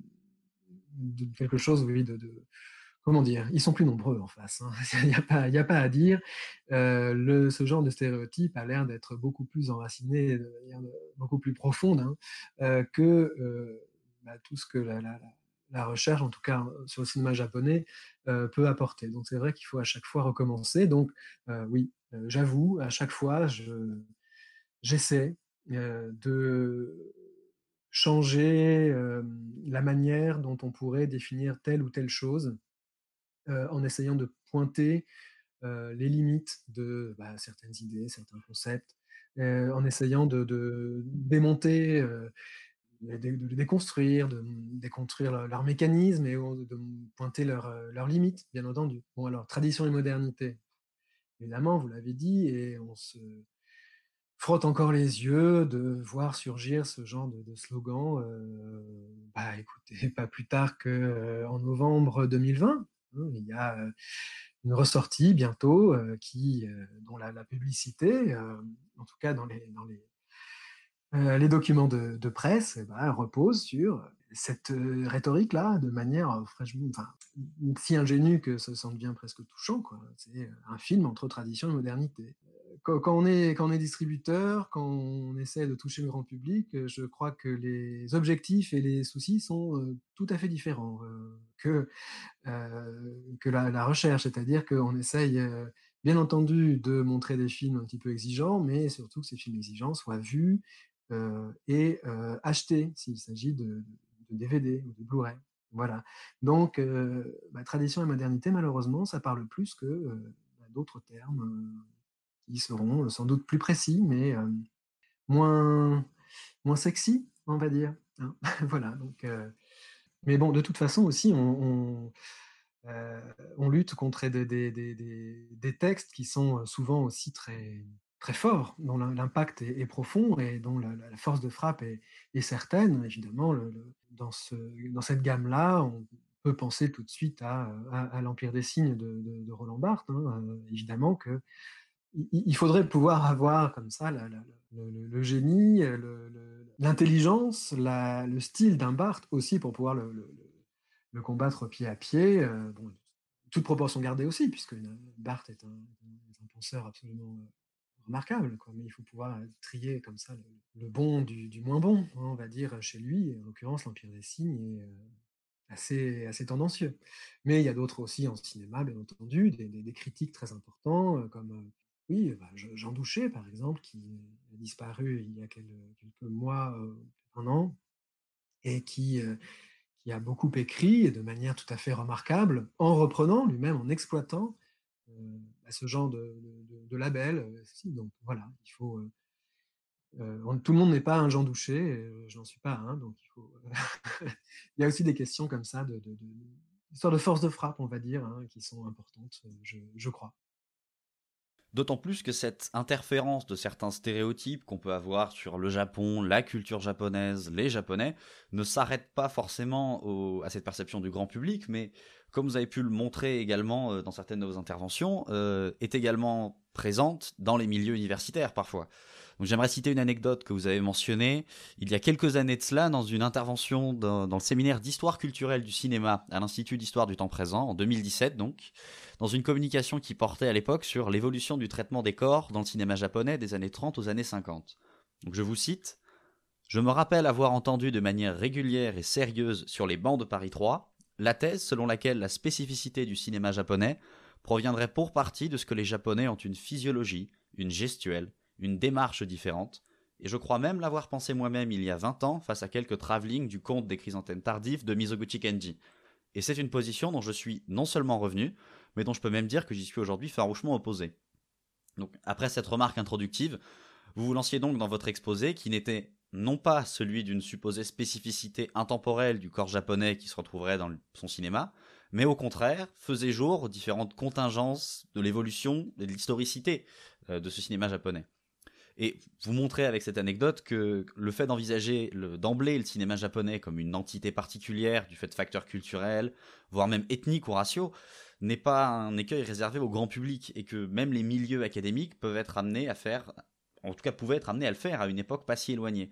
de quelque chose, oui, de, de, comment dire, ils sont plus nombreux en face. Il n'y a, pas, y a pas à dire. Euh, le, ce genre de stéréotype a l'air d'être beaucoup plus enraciné, de manière beaucoup plus profonde hein, euh, que euh, bah, tout ce que la, la, la, recherche, en tout cas sur le cinéma japonais, euh, peut apporter. Donc c'est vrai qu'il faut à chaque fois recommencer. Donc euh, oui, euh, j'avoue, à chaque fois, je, j'essaie euh, de changer euh, la manière dont on pourrait définir telle ou telle chose euh, en essayant de pointer euh, les limites de bah, certaines idées, certains concepts, euh, en essayant de, de démonter, euh, de, de les déconstruire, de déconstruire leurs leur mécanismes et de, de pointer leurs leur limites, bien entendu. Bon, alors, tradition et modernité, évidemment, vous l'avez dit, et on se frotte encore les yeux de voir surgir ce genre de, de slogan. Euh, bah, écoutez, pas plus tard qu'en euh, novembre deux mille vingt, hein, il y a euh, une ressortie bientôt euh, qui, euh, dont la, la publicité, euh, en tout cas dans les, dans les, euh, les documents de, de presse, eh ben, repose sur cette euh, rhétorique-là de manière euh, fraîchement, enfin, si ingénue que ça, ça en devient presque touchant. Quoi. C'est un film entre tradition et modernité. Quand, quand, on est, quand on est distributeur, quand on essaie de toucher le grand public, je crois que les objectifs et les soucis sont euh, tout à fait différents euh, que, euh, que la, la recherche. C'est-à-dire qu'on essaye, euh, bien entendu, de montrer des films un petit peu exigeants, mais surtout que ces films exigeants soient vus euh, et euh, achetés s'il s'agit de, de, de D V D ou de Blu-ray. Voilà. Donc, euh, bah, tradition et modernité, malheureusement, ça parle plus que euh, bah, d'autres termes euh, qui seront sans doute plus précis, mais euh, moins, moins sexy, on va dire. Hein. Voilà. Donc, euh, mais bon, de toute façon aussi, on, on Heu, on lutte contre des des des des des textes qui sont souvent aussi très très forts, dont l'im l'impact est est profond et dont la la force de frappe est est certaine. Évidemment, le le dans ce dans cette gamme-là, on peut penser tout de suite à, heu, à à l'Empire des signes de de de Roland Barthes, hein, heu, évidemment que i i il faudrait pouvoir avoir comme ça la la le le le génie, heu, le le l'intelligence, la le style d'un Barthes aussi pour pouvoir le le le le combattre pied à pied, heu, bon, toute proportion gardée aussi puisque, heu, Barthes est un est un penseur absolument, heu, remarquable, quoi. Mais il faut pouvoir, heu, trier comme ça le le bon du du moins bon, hein, on va dire, chez lui. En l'occurrence, l'Empire des signes est, heu, assez assez tendancieux. Mais il y a d'autres aussi en cinéma, bien entendu, des des des critiques très importants, heu, comme, heu, oui, bah, Je Jean Douché, par exemple, qui a disparu il y a quel quelques mois, heu, un an et qui, heu, qui a beaucoup écrit et de manière tout à fait remarquable, en reprenant lui-même, en exploitant, heu, bah, ce genre de de de de label, heu, si donc voilà, il faut, heu heu, on tout le monde n'est pas un Jean Douché, heu, je n'en suis pas un, donc il faut, heu, il y a aussi des questions comme ça de de de histoire de force de frappe, on va dire, hein, qui sont importantes, heu, je je crois. D'autant plus que cette interférence de certains stéréotypes qu'on peut avoir sur le Japon, la culture japonaise, les Japonais, ne s'arrête pas forcément au- à cette perception du grand public, mais comme vous avez pu le montrer également euh, dans certaines de vos interventions, euh, est également présente dans les milieux universitaires parfois. Donc j'aimerais citer une anecdote que vous avez mentionnée. Il y a quelques années de cela, dans une intervention dans, dans le séminaire d'histoire culturelle du cinéma à l'Institut d'histoire du temps présent, en deux mille dix-sept donc, dans une communication qui portait à l'époque sur l'évolution du traitement des corps dans le cinéma japonais des années trente aux années cinquante. Donc je vous cite: je me rappelle avoir entendu de manière régulière et sérieuse sur les bancs de Paris trois la thèse selon laquelle la spécificité du cinéma japonais proviendrait pour partie de ce que les Japonais ont une physiologie, une gestuelle, une démarche différente, et je crois même l'avoir pensé moi-même il y a vingt ans face à quelques travelling du conte des chrysanthèmes tardifs de Mizoguchi Kenji. Et c'est une position dont je suis non seulement revenu, mais dont je peux même dire que j'y suis aujourd'hui farouchement opposé. Donc, après cette remarque introductive, vous vous lanciez donc dans votre exposé qui n'était non pas celui d'une supposée spécificité intemporelle du corps japonais qui se retrouverait dans son cinéma, mais au contraire faisait jour aux différentes contingences de l'évolution et de l'historicité euh, de ce cinéma japonais. Et vous montrez avec cette anecdote que le fait d'envisager le, d'emblée le cinéma japonais comme une entité particulière du fait de facteurs culturels, voire même ethniques ou raciaux, n'est pas un écueil réservé au grand public et que même les milieux académiques peuvent être amenés à faire, en tout cas pouvaient être amenés à le faire à une époque pas si éloignée.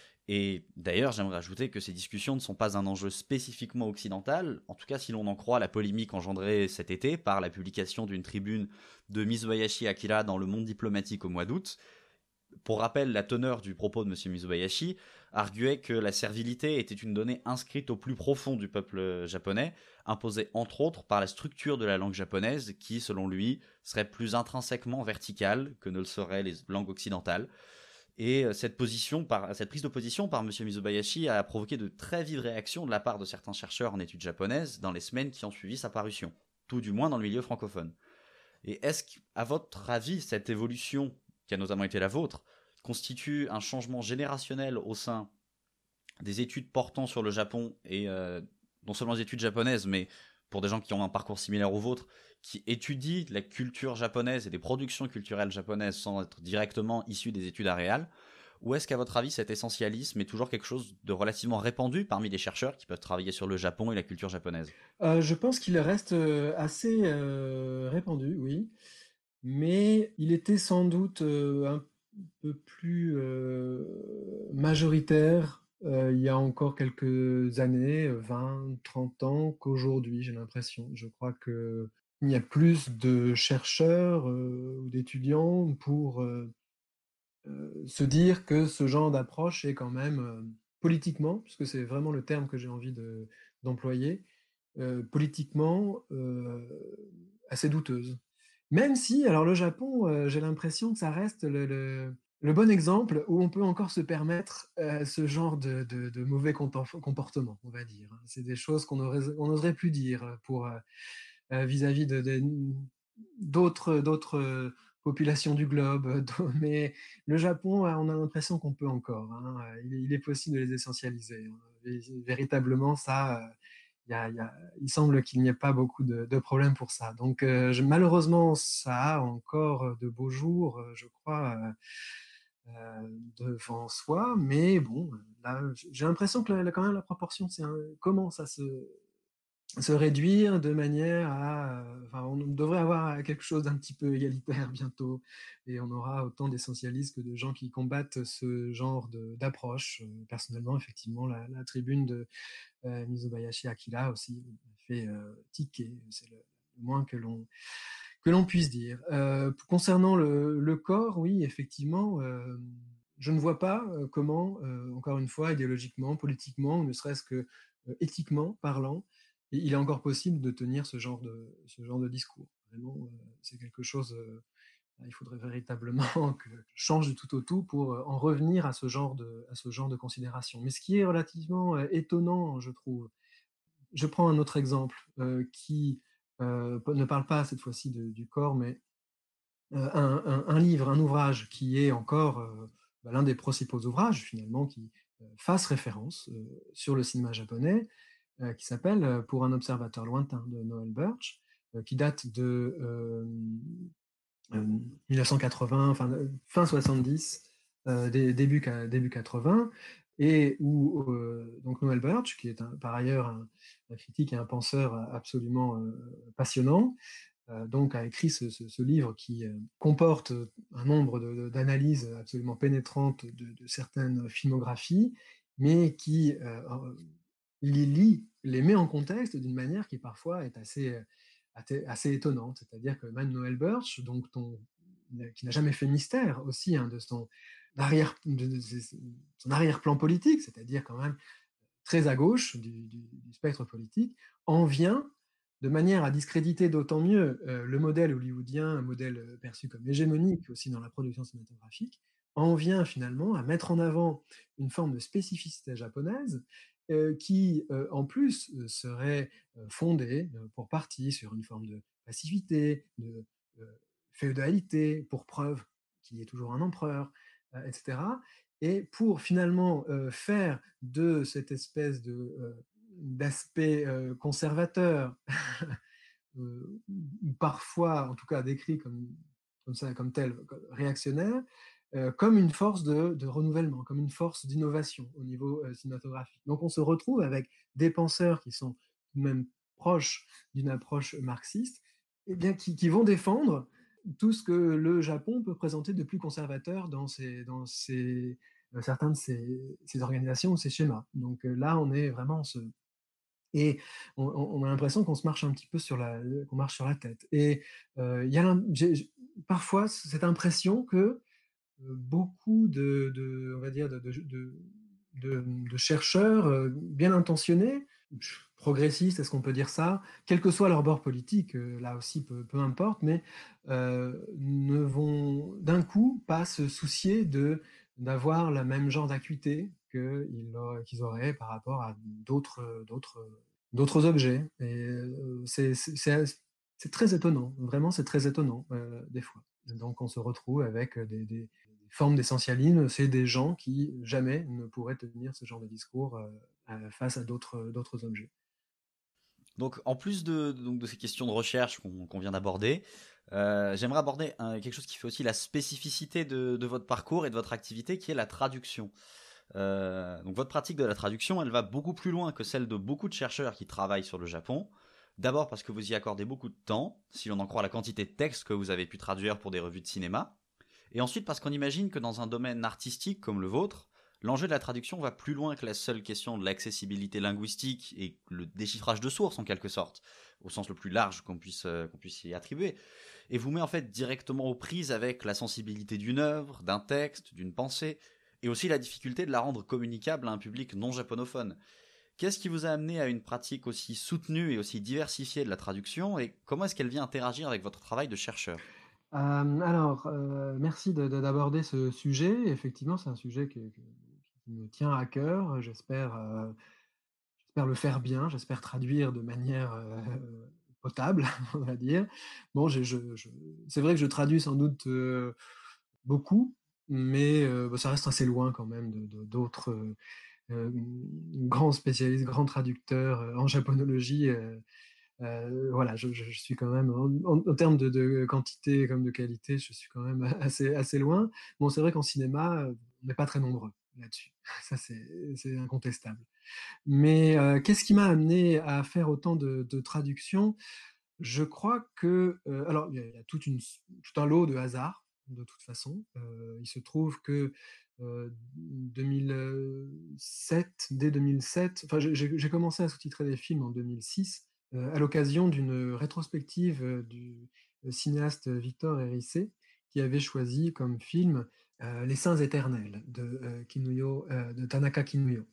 Et d'ailleurs, j'aimerais ajouter que ces discussions ne sont pas un enjeu spécifiquement occidental, en tout cas si l'on en croit la polémique engendrée cet été par la publication d'une tribune de Mizubayashi Akira dans Le Monde diplomatique au mois d'août. Pour rappel, la teneur du propos de M. Mizubayashi arguait que la servilité était une donnée inscrite au plus profond du peuple japonais, imposée entre autres par la structure de la langue japonaise qui, selon lui, serait plus intrinsèquement verticale que ne le seraient les langues occidentales. Et cette, position, par, cette prise de position par M. Mizubayashi a provoqué de très vives réactions de la part de certains chercheurs en études japonaises dans les semaines qui ont suivi sa parution, tout du moins dans le milieu francophone. Et est-ce qu'à votre avis, cette évolution, qui a notamment été la vôtre, constitue un changement générationnel au sein des études portant sur le Japon, et euh, non seulement les études japonaises, mais pour des gens qui ont un parcours similaire au vôtre, qui étudient la culture japonaise et des productions culturelles japonaises sans être directement issus des études à réal, ou est-ce qu'à votre avis cet essentialisme est toujours quelque chose de relativement répandu parmi les chercheurs qui peuvent travailler sur le Japon et la culture japonaise? Heu, je pense qu'il reste, heu, assez, heu, répandu, oui, mais il était sans doute, heu, un peu plus, heu, majoritaire, heu, il y a encore quelques années, vingt, trente ans qu'aujourd'hui, j'ai l'impression. Je crois qu'il y a plus de chercheurs, heu, ou d'étudiants pour, heu heu, se dire que ce genre d'approche est quand même, heu, politiquement, puisque c'est vraiment le terme que j'ai envie de d'employer, heu, politiquement, heu, assez douteuse. Même si, alors le Japon, heu, j'ai l'impression que ça reste le le le bon exemple où on peut encore se permettre, heu, ce genre de de de mauvais contenf comportements, on va dire, hein. C'est des choses qu'on aurais on n'oserait plus dire, pour, heu heu, vis-à-vis de de d'autres d'autres, heu, populations du globe, heu, d'au mais le Japon, heu, on a l'impression qu'on peut encore, hein, heu, il est il est possible de les essentialiser, hein. Vé véritablement ça, heu il y a il y a il semble qu'il n'y ait pas beaucoup de de problèmes pour ça. Donc heu, je malheureusement, ça a encore de beaux jours, heu, je crois, heu heu, devant soi, mais bon, là, j'ai l'impression que la quand même la proportion c'est un commence à se se réduire de manière à, heu, enfin, on devrait avoir quelque chose d'un petit peu égalitaire bientôt et on aura autant d'essentialistes que de gens qui combattent ce genre de d'approche. Heu, personnellement, effectivement, la la tribune de, heu, Mizobayashi Akira aussi m'a fait, heu, tiquer, c'est le le moins que l'on que l'on puisse dire. Heu, concernant le le corps, oui, effectivement, hem, je ne vois pas, heu, comment, heu, encore une fois, idéologiquement, politiquement, ou ne serait-ce que, heu, éthiquement parlant, i il est encore possible de tenir ce genre de ce genre de discours. Vraiment, heu, c'est quelque chose, heu, il faudrait véritablement que je change du tout au tout pour, heu, en revenir à ce genre de à ce genre de considération. Mais ce qui est relativement, heu, étonnant, je trouve, je prends un autre exemple, heu, qui, heu, p ne parle pas cette fois-ci de du corps, mais, heu, un un un livre, un ouvrage qui est encore, heu, bah, l'un des principaux ouvrages finalement qui, heu, fasse référence, heu, sur le cinéma japonais, heu, qui s'appelle, heu, Pour un observateur lointain de Noel Birch, heu, qui date de, hem, hem, mille neuf cent quatre-vingts, enfin, heu, fin soixante-dix, heu, dé début qua début quatre-vingts et où, heu, donc Noel Birch, qui est un par ailleurs un un critique et un penseur absolument, heu, passionnant, heu, donc a écrit ce ce ce livre qui, heu, comporte, un nombre de de d'analyses absolument pénétrantes de de certaines filmographies, mais qui, heu, en les lit, les met en contexte d'une manière qui parfois est assez, heu, até assez étonnante. C'est-à-dire que même Noel Birch, donc dont qui n'a jamais fait mystère aussi, hein, de son arrière de de ses son arrière-plan politique, c'est-à-dire quand même très à gauche du du du spectre politique, en vient de manière à discréditer d'autant mieux, heu, le modèle hollywoodien, un modèle, heu, perçu comme hégémonique aussi dans la production cinématographique, en vient finalement à mettre en avant une forme de spécificité japonaise, heu, qui, heu, en plus, heu, serait, heu, fondée, heu, pour partie sur une forme de passivité, de, heu, féodalité, pour preuve qu'il y ait toujours un empereur, heu, et cetera et pour finalement, heu, faire de cette espèce de, heu, d'aspect, heu, conservateur, heu, ou parfois, en tout cas décrit comme comme ça, comme tel, co réactionnaire, heu, comme une force de de renouvellement, comme une force d'innovation au niveau, heu, cinématographique. Donc on se retrouve avec des penseurs qui sont tout de même proches d'une approche marxiste, et bien qui qui vont défendre tout ce que le Japon peut présenter de plus conservateur dans ses dans ses heu, certains de ses ses organisations ou ses schémas. Donc heu, là, on est vraiment on se et on on on a l'impression qu'on se marche un petit peu sur la qu'on marche sur la tête et heu, il y a l'im j'ai j parfois cette impression que, heu, beaucoup de de on va dire de de de de de chercheurs, heu, bien intentionnés, progressistes, est-ce qu'on peut dire ça? Quel que soit leur bord politique, heu, là aussi peu peu importe, mais heu, ne vont d'un coup pas se soucier de d'avoir la même genre d'acuité qu'ils au qu'ils auraient par rapport à d'autres, d'autres, d'autres objets et heu, c'est c'est c'est as c'est très étonnant, vraiment c'est très étonnant, heu, des fois. Donc on se retrouve avec, des des des formes d'essentialisme, c'est des gens qui jamais ne pourraient tenir ce genre de discours, heu, heu, face à d'autres, d'autres objets. Donc, en plus de, donc, de ces questions de recherche qu'on qu'on vient d'aborder, euh, j'aimerais aborder un- quelque chose qui fait aussi la spécificité de, de votre parcours et de votre activité, qui est la traduction. Euh, donc, votre pratique de la traduction, elle va beaucoup plus loin que celle de beaucoup de chercheurs qui travaillent sur le Japon. D'abord parce que vous y accordez beaucoup de temps, si l'on en croit la quantité de textes que vous avez pu traduire pour des revues de cinéma. Et ensuite parce qu'on imagine que dans un domaine artistique comme le vôtre, l'enjeu de la traduction va plus loin que la seule question de l'accessibilité linguistique et le déchiffrage de sources en quelque sorte, au sens le plus large qu'on puisse, euh, qu'on puisse y attribuer, et vous met en fait directement aux prises avec la sensibilité d'une œuvre, d'un texte, d'une pensée, et aussi la difficulté de la rendre communicable à un public non japonophone. Qu'est-ce qui vous a amené à une pratique aussi soutenue et aussi diversifiée de la traduction, et comment est-ce qu'elle vient interagir avec votre travail de chercheur? Hem, alors, heu, merci de de d'aborder ce sujet. Effectivement, c'est un sujet que que qui me tient à cœur. J'espère, heu, j'espère le faire bien, j'espère traduire de manière, heu, potable, on va dire. Bon, je je je c'est vrai que je traduis sans doute, heu, beaucoup, mais heu, bah, ça reste assez loin quand même de de d'autres, euh, grand spécialiste, grand traducteur euh, en japonologie. Euh, euh, voilà, je, je, je suis quand même, en, en, en termes de, de quantité comme de qualité, je suis quand même assez, assez loin. Bon, c'est vrai qu'en cinéma, on n'est pas très nombreux là-dessus. Ça, c'est, c'est incontestable. Mais euh, qu'est-ce qui m'a amené à faire autant de, de traductions? Je crois que, euh, alors, il y a, il y a toute une, tout un lot de hasard, de toute façon. Euh, il se trouve que euh, deux mille sept, dès deux mille sept, enfin, j'ai j'ai commencé à sous-titrer des films en deux mille six, euh, à l'occasion d'une rétrospective euh, du cinéaste Victor Hérissé, qui avait choisi comme film euh, Les Saints éternels de, euh, Kinuyo, euh, de Tanaka Kinuyo.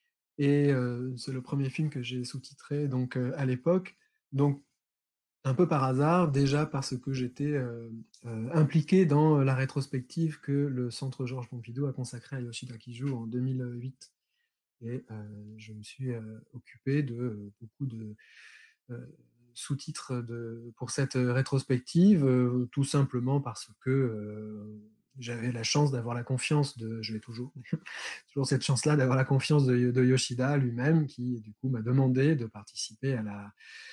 Et euh, c'est le premier film que j'ai sous-titré donc, euh, à l'époque. Donc, un peu par hasard, déjà parce que j'étais euh, euh, impliqué dans la rétrospective que le Centre Georges Pompidou a consacrée à Yoshida Kiju en deux mille huit. Et euh, je me suis euh, occupé de euh, beaucoup de euh, sous-titres de, pour cette rétrospective, euh, tout simplement parce que euh, j'avais la chance d'avoir la confiance de, je l'ai toujours, toujours cette chance-là d'avoir la confiance de, de Yoshida lui-même, qui du coup m'a demandé de participer à la,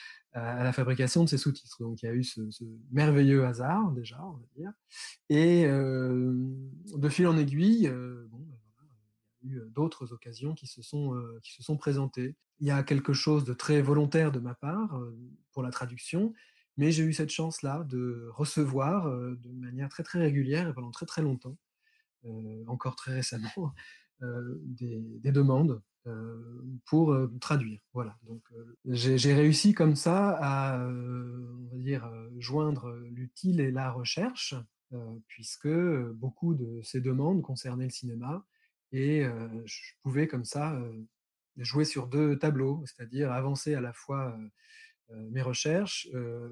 à la fabrication de ces sous-titres. Donc il y a eu ce, ce merveilleux hasard déjà, on va dire. Et euh, de fil en aiguille, euh, bon, ben voilà, il y a eu d'autres occasions qui se sont euh, qui se sont présentées. Il y a quelque chose de très volontaire de ma part euh, pour la traduction, mais j'ai eu cette chance-là de recevoir euh, de manière très très régulière et pendant très très longtemps, euh, encore très récemment, euh, des, des demandes euh, pour euh, traduire. Voilà. Donc, euh, j'ai j'ai réussi comme ça à, euh, on va dire, euh, joindre l'utile et la recherche, euh, puisque beaucoup de ces demandes concernaient le cinéma et euh, je pouvais comme ça euh, jouer sur deux tableaux, c'est-à-dire avancer à la fois euh, mes recherches, euh,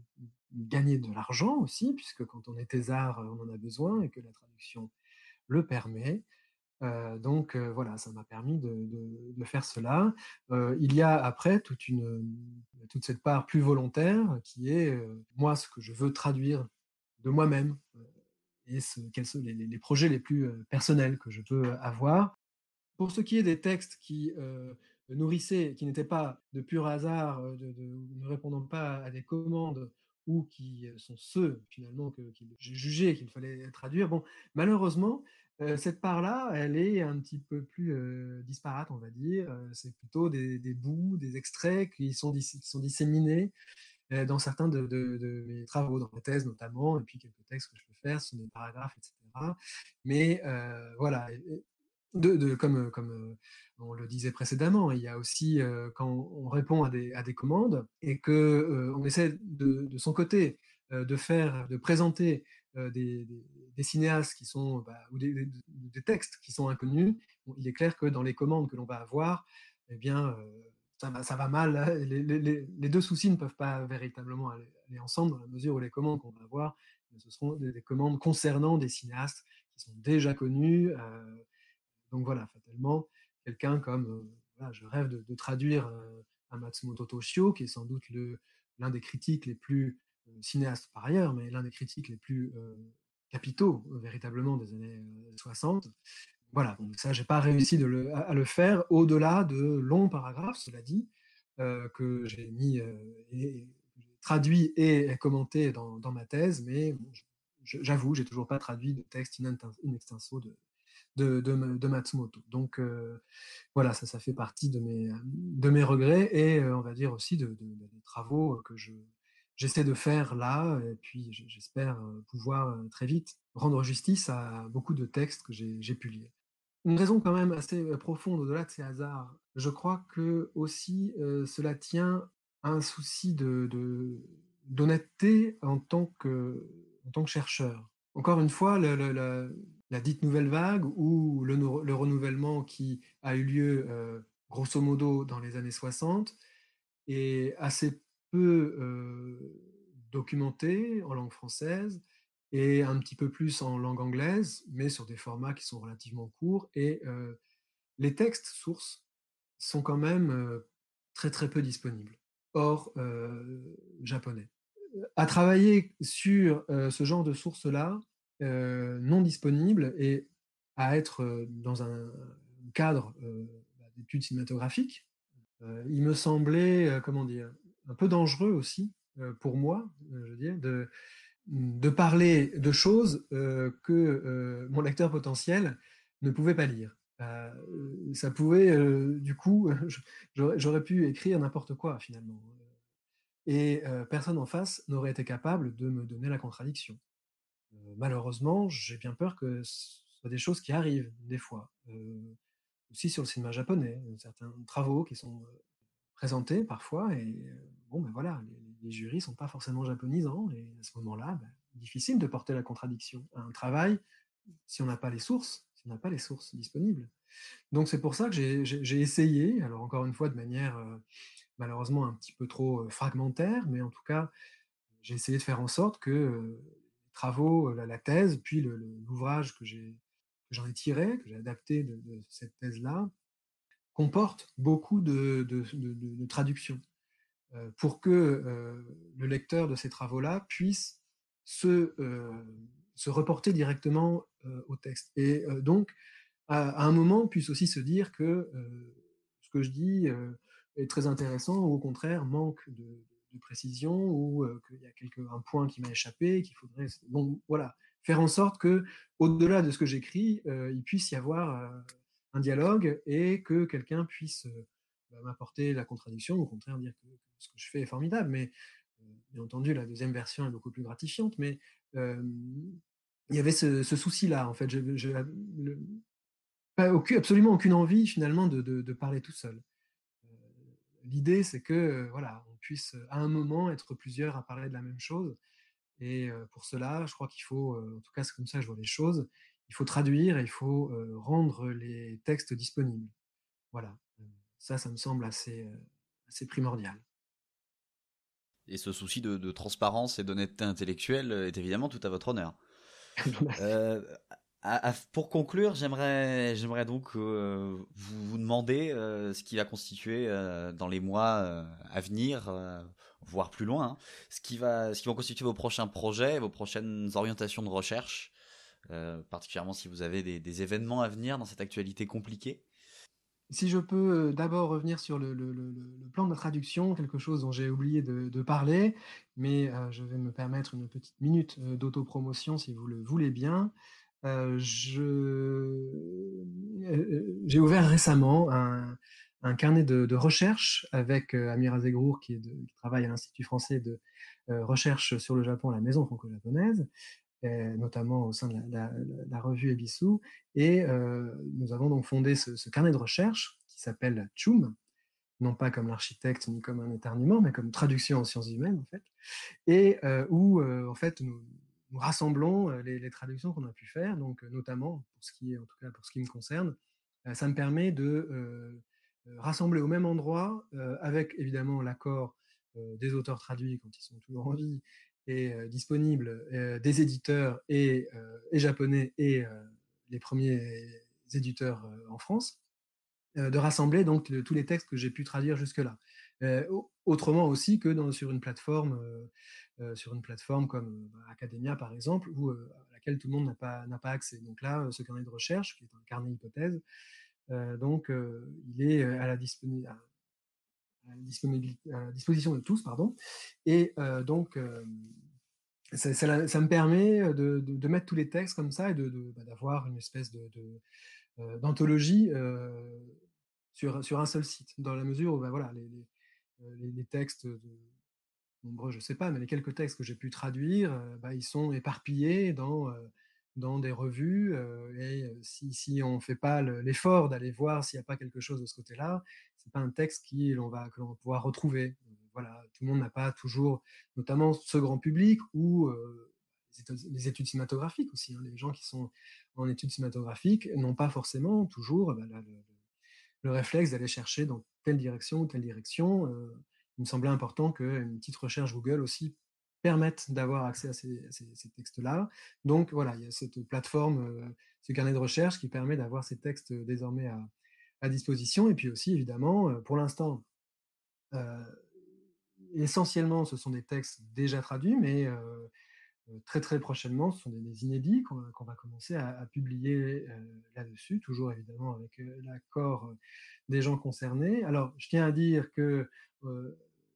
gagner de l'argent aussi, puisque quand on est thésard, on en a besoin et que la traduction le permet. Euh, donc euh, voilà, ça m'a permis de, de, de faire cela. Euh, il y a après toute, une, toute cette part plus volontaire qui est euh, moi ce que je veux traduire de moi-même euh, et ce, quels sont les, les, projets les plus euh, personnels que je peux avoir. Pour ce qui est des textes qui euh, nourrissaient, qui n'étaient pas de pur hasard, euh, de, de, ne répondant pas à des commandes ou qui sont ceux finalement que, que j'ai jugé qu'il fallait traduire, bon, malheureusement, euh, cette part-là, elle est un petit peu plus euh, disparate, on va dire. Euh, c'est plutôt des, des, bouts, des extraits qui sont, qui sont disséminés euh, dans certains de, de, de, mes travaux, dans ma thèse notamment, et puis quelques textes que je peux faire, ce sont des paragraphes, et cetera. Mais euh, voilà, de, de, comme, comme on le disait précédemment, il y a aussi euh, quand on répond à des, à des commandes et que euh, on essaie de, de son côté euh, de faire, de présenter euh, des, des, des, cinéastes qui sont bah, ou des, des, des, textes qui sont inconnus. Bon, il est clair que dans les commandes que l'on va avoir, eh bien euh, ça va, ça va mal. Hein. Les, les, les, deux soucis ne peuvent pas véritablement aller, aller ensemble dans la mesure où les commandes qu'on va avoir, ce seront des, des commandes concernant des cinéastes qui sont déjà connus. Euh, donc voilà, fatalement, quelqu'un comme, euh, voilà, je rêve de, de traduire euh, un Matsumoto Toshio, qui est sans doute le, l'un des critiques les plus euh, cinéastes par ailleurs, mais l'un des critiques les plus euh, capitaux, euh, véritablement, des années euh, soixante. Voilà, donc ça, j'ai pas réussi de le, à, à, le faire au-delà de longs paragraphes, cela dit, euh, que j'ai mis, euh, et, traduit et commenté dans, dans ma thèse, mais bon, je, j'avoue, j'ai toujours pas traduit de texte in, in extenso de, de, de, de Matsumoto. Donc euh, voilà, ça, ça fait partie de mes, de mes regrets et euh, on va dire aussi de, de, de, des travaux que je, j'essaie de faire là et puis j'espère pouvoir très vite rendre justice à beaucoup de textes que j'ai, j'ai pu lire. Une raison quand même assez profonde au-delà de ces hasards, je crois que aussi euh, cela tient à un souci de, de, d'honnêteté en tant que, en tant que chercheur. Encore une fois, le, le, le, la dite nouvelle vague ou le, le renouvellement qui a eu lieu euh, grosso modo dans les années soixante est assez peu euh, documenté en langue française et un petit peu plus en langue anglaise, mais sur des formats qui sont relativement courts. Et euh, les textes sources sont quand même euh, très très peu disponibles, hors euh, japonais. À travailler sur euh, ce genre de sources-là, euh, non disponibles, et à être euh, dans un, cadre euh, bah, d'études cinématographiques, euh, il me semblait, euh, comment dire, un peu dangereux aussi euh, pour moi, euh, je veux dire, de, de parler de choses euh, que euh, mon lecteur potentiel ne pouvait pas lire. Euh, ça pouvait, euh, du coup, j'aurais, j'aurais pu écrire n'importe quoi finalement. Et euh, personne en face n'aurait été capable de me donner la contradiction. Euh, malheureusement, j'ai bien peur que ce soit des choses qui arrivent des fois. Euh, aussi sur le cinéma japonais, certains travaux qui sont euh, présentés parfois, et euh, bon, ben voilà, les, les jurys sont pas forcément japonisants, et à ce moment-là, ben, difficile de porter la contradiction à un travail si on n'a pas les sources, si on n'a pas les sources disponibles. Donc c'est pour ça que j'ai, j'ai, j'ai essayé, alors encore une fois de manière euh, malheureusement un petit peu trop euh, fragmentaire, mais en tout cas, j'ai essayé de faire en sorte que euh, les travaux, euh, la, la thèse, puis le, le, l'ouvrage que, j'ai, que j'en ai tiré, que j'ai adapté de, de cette thèse-là, comporte beaucoup de, de, de, de, de traductions euh, pour que euh, le lecteur de ces travaux-là puisse se, euh, se reporter directement euh, au texte. Et euh, donc, à, à, un moment, puisse aussi se dire que euh, ce que je dis euh, est très intéressant ou au contraire manque de, de précision ou euh, qu'il y a quelque, un point qui m'a échappé, qu'il faudrait... Donc voilà, faire en sorte que, au-delà de ce que j'écris, euh, il puisse y avoir euh, un dialogue et que quelqu'un puisse euh, bah, m'apporter la contradiction, ou au contraire dire que, que ce que je fais est formidable. Mais euh, bien entendu, la deuxième version est beaucoup plus gratifiante, mais euh, il y avait ce, ce souci-là, en fait. Je, je, le, pas, aucune, absolument aucune envie, finalement, de, de, de parler tout seul. Euh, L'idée, c'est que, euh, voilà, on puisse, à un moment, être plusieurs à parler de la même chose. Et euh, pour cela, je crois qu'il faut, euh, en tout cas, c'est comme ça que je vois les choses, il faut traduire et il faut euh, rendre les textes disponibles. Voilà. Euh, ça, ça me semble assez, euh, assez primordial. Et ce souci de, de transparence et d'honnêteté intellectuelle est évidemment tout à votre honneur. Merci. Euh, à- à- pour conclure, j'aimerais, j'aimerais donc euh, vous, vous demander euh, ce qui va constituer euh, dans les mois euh, à venir, euh, voire plus loin, hein, ce qui va, ce qui vont constituer vos prochains projets, vos prochaines orientations de recherche, euh, particulièrement si vous avez des, des événements à venir dans cette actualité compliquée. Si je peux euh, d'abord revenir sur le, le- le- le plan de la traduction, quelque chose dont j'ai oublié de, de parler, mais euh, je vais me permettre une petite minute euh, d'autopromotion si vous le voulez bien. Euh, je, euh, j'ai ouvert récemment un, un carnet de, de recherche avec euh, Amira Zegrour qui, est de- qui travaille à l'Institut français de euh, recherche sur le Japon, la maison franco-japonaise, euh, notamment au sein de la, la, la revue Ebisu. Et euh, nous avons donc fondé ce, ce carnet de recherche qui s'appelle Chum, non pas comme l'architecte ni comme un éternuement, mais comme traduction en sciences humaines en fait, et euh, où euh, en fait nous, nous rassemblons euh, les, les traductions qu'on a pu faire, donc euh, notamment pour ce qui est en tout cas pour ce qui me concerne, euh, ça me permet de euh, euh, rassembler au même endroit, euh, avec évidemment l'accord euh, des auteurs traduits quand ils sont toujours en vie et euh, disponibles, euh, des éditeurs et, euh, et japonais et euh, les premiers éditeurs euh, en France, euh, de rassembler donc de, tous les textes que j'ai pu traduire jusque-là. Euh, autrement aussi que dans, sur une plateforme, euh, euh, sur une plateforme comme euh, Academia par exemple, où, euh, à laquelle tout le monde n'a pas, n'a pas accès. Donc là, ce carnet de recherche, qui est un carnet hypothèse, euh, donc euh, il est à la, disponi- à, à la, à la disposition de tous, pardon. Et euh, donc euh, ça, ça, ça, me permet de, de, de, mettre tous les textes comme ça et de, de, bah, d'avoir une espèce de, de euh, d'anthologie euh, sur, sur un seul site, dans la mesure où ben, voilà, les, les, les, les textes, de, nombreux je ne sais pas, mais les quelques textes que j'ai pu traduire, euh, ben, ils sont éparpillés dans, euh, dans des revues, euh, et si, si on ne fait pas le, l'effort d'aller voir s'il n'y a pas quelque chose de ce côté-là, ce n'est pas un texte qui, l'on va, que l'on va pouvoir retrouver. Voilà, tout le monde n'a pas toujours, notamment ce grand public, ou euh, les études cinématographiques aussi, hein, les gens qui sont en études cinématographiques n'ont pas forcément toujours bah, la, le, le réflexe d'aller chercher dans telle direction ou telle direction. Euh, il me semblait important qu'une petite recherche Google aussi permette d'avoir accès à ces, ces, ces textes-là. Donc voilà, il y a cette plateforme, euh, ce carnet de recherche qui permet d'avoir ces textes désormais à, à disposition. Et puis aussi, évidemment, euh, pour l'instant, euh, essentiellement, ce sont des textes déjà traduits, mais euh, euh, très très prochainement. Ce sont des, des inédits qu'on, qu'on va commencer à, à publier euh, là-dessus, toujours évidemment avec euh, l'accord euh, des gens concernés. Alors, je tiens à dire que euh,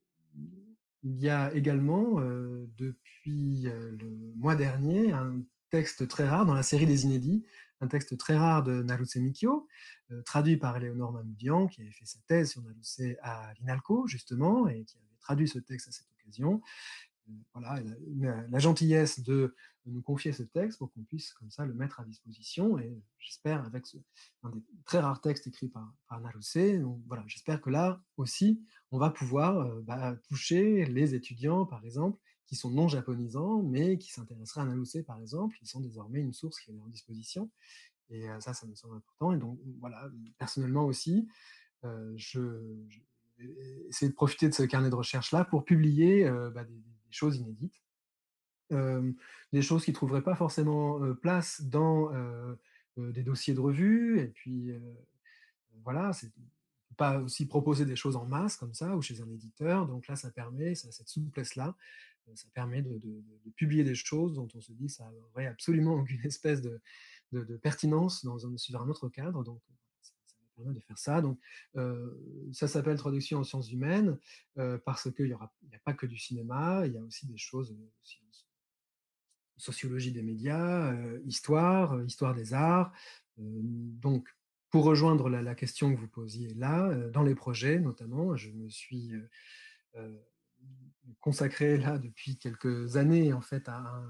il y a également, euh, depuis euh, le mois dernier, un texte très rare dans la série des inédits, un texte très rare de Naruse Mikio, euh, traduit par Éléonore Mamoudian, qui avait fait sa thèse sur Naruse à l'INALCO, justement, et qui avait traduit ce texte à cette occasion. Euh, voilà, la, la, gentillesse de, de nous confier ce texte pour qu'on puisse comme ça le mettre à disposition. Et j'espère, avec ce, un des très rares textes écrits par, par Naruse, donc voilà, j'espère que là aussi, on va pouvoir euh, bah, toucher les étudiants, par exemple, qui sont non japonisants, mais qui s'intéresseraient à Naruse, par exemple. Ils sont désormais une source qui est à leur disposition. Et euh, ça, ça me semble important. Et donc, voilà, personnellement aussi, euh, je, je vais essayer de profiter de ce carnet de recherche-là pour publier euh, bah, des, des, choses inédites, euh, des choses qui ne trouveraient pas forcément euh, place dans euh, euh, des dossiers de revue, et puis euh, voilà, c'est pas aussi proposer des choses en masse comme ça, ou chez un éditeur, donc là ça permet, ça, cette souplesse-là, euh, ça permet de, de, de, publier des choses dont on se dit que ça n'aurait absolument aucune espèce de, de, de pertinence dans un, sur un autre cadre, donc ça, ça va permettre de faire ça. Donc euh, ça s'appelle traduction en sciences humaines, euh, parce qu'il n'y a pas que du cinéma, il y a aussi des choses, euh, sciences, sociologie des médias, euh, histoire, euh, histoire des arts. Euh, donc, pour rejoindre la, la, question que vous posiez là, euh, dans les projets notamment, je me suis euh, euh, consacré là depuis quelques années en fait à un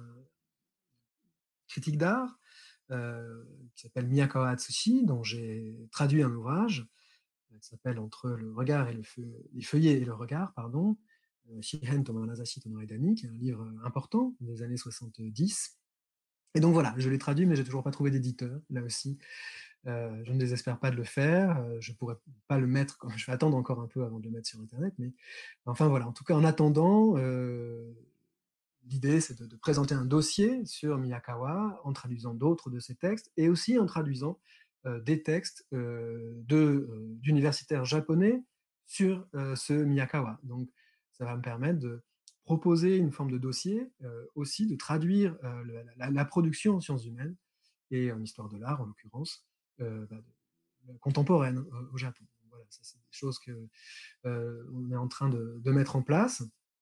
critique d'art euh, qui s'appelle Miyakawa Atsushi, dont j'ai traduit un ouvrage euh, qui s'appelle Entre le regard et le feu, les feuillets et le regard, pardon, euh, Shihen Tomanazashi Tonoedani, qui est un livre important des années soixante-dix. Et donc voilà, je l'ai traduit, mais j'ai toujours pas trouvé d'éditeur, là aussi. Euh, je ne désespère pas de le faire. Euh, je pourrais pas le mettre, je vais attendre encore un peu avant de le mettre sur Internet, mais enfin voilà. En tout cas, en attendant, euh, l'idée c'est de, de présenter un dossier sur Miyakawa en traduisant d'autres de ses textes et aussi en traduisant euh, des textes euh, de, euh, d'universitaires japonais sur euh, ce Miyakawa. Donc ça va me permettre de proposer une forme de dossier, euh, aussi de traduire euh, la, la, la, production en sciences humaines et en histoire de l'art en l'occurrence, euh, bah, de, de, contemporaine euh, au Japon. Voilà, ça c'est des choses que euh, on est en train de, de mettre en place.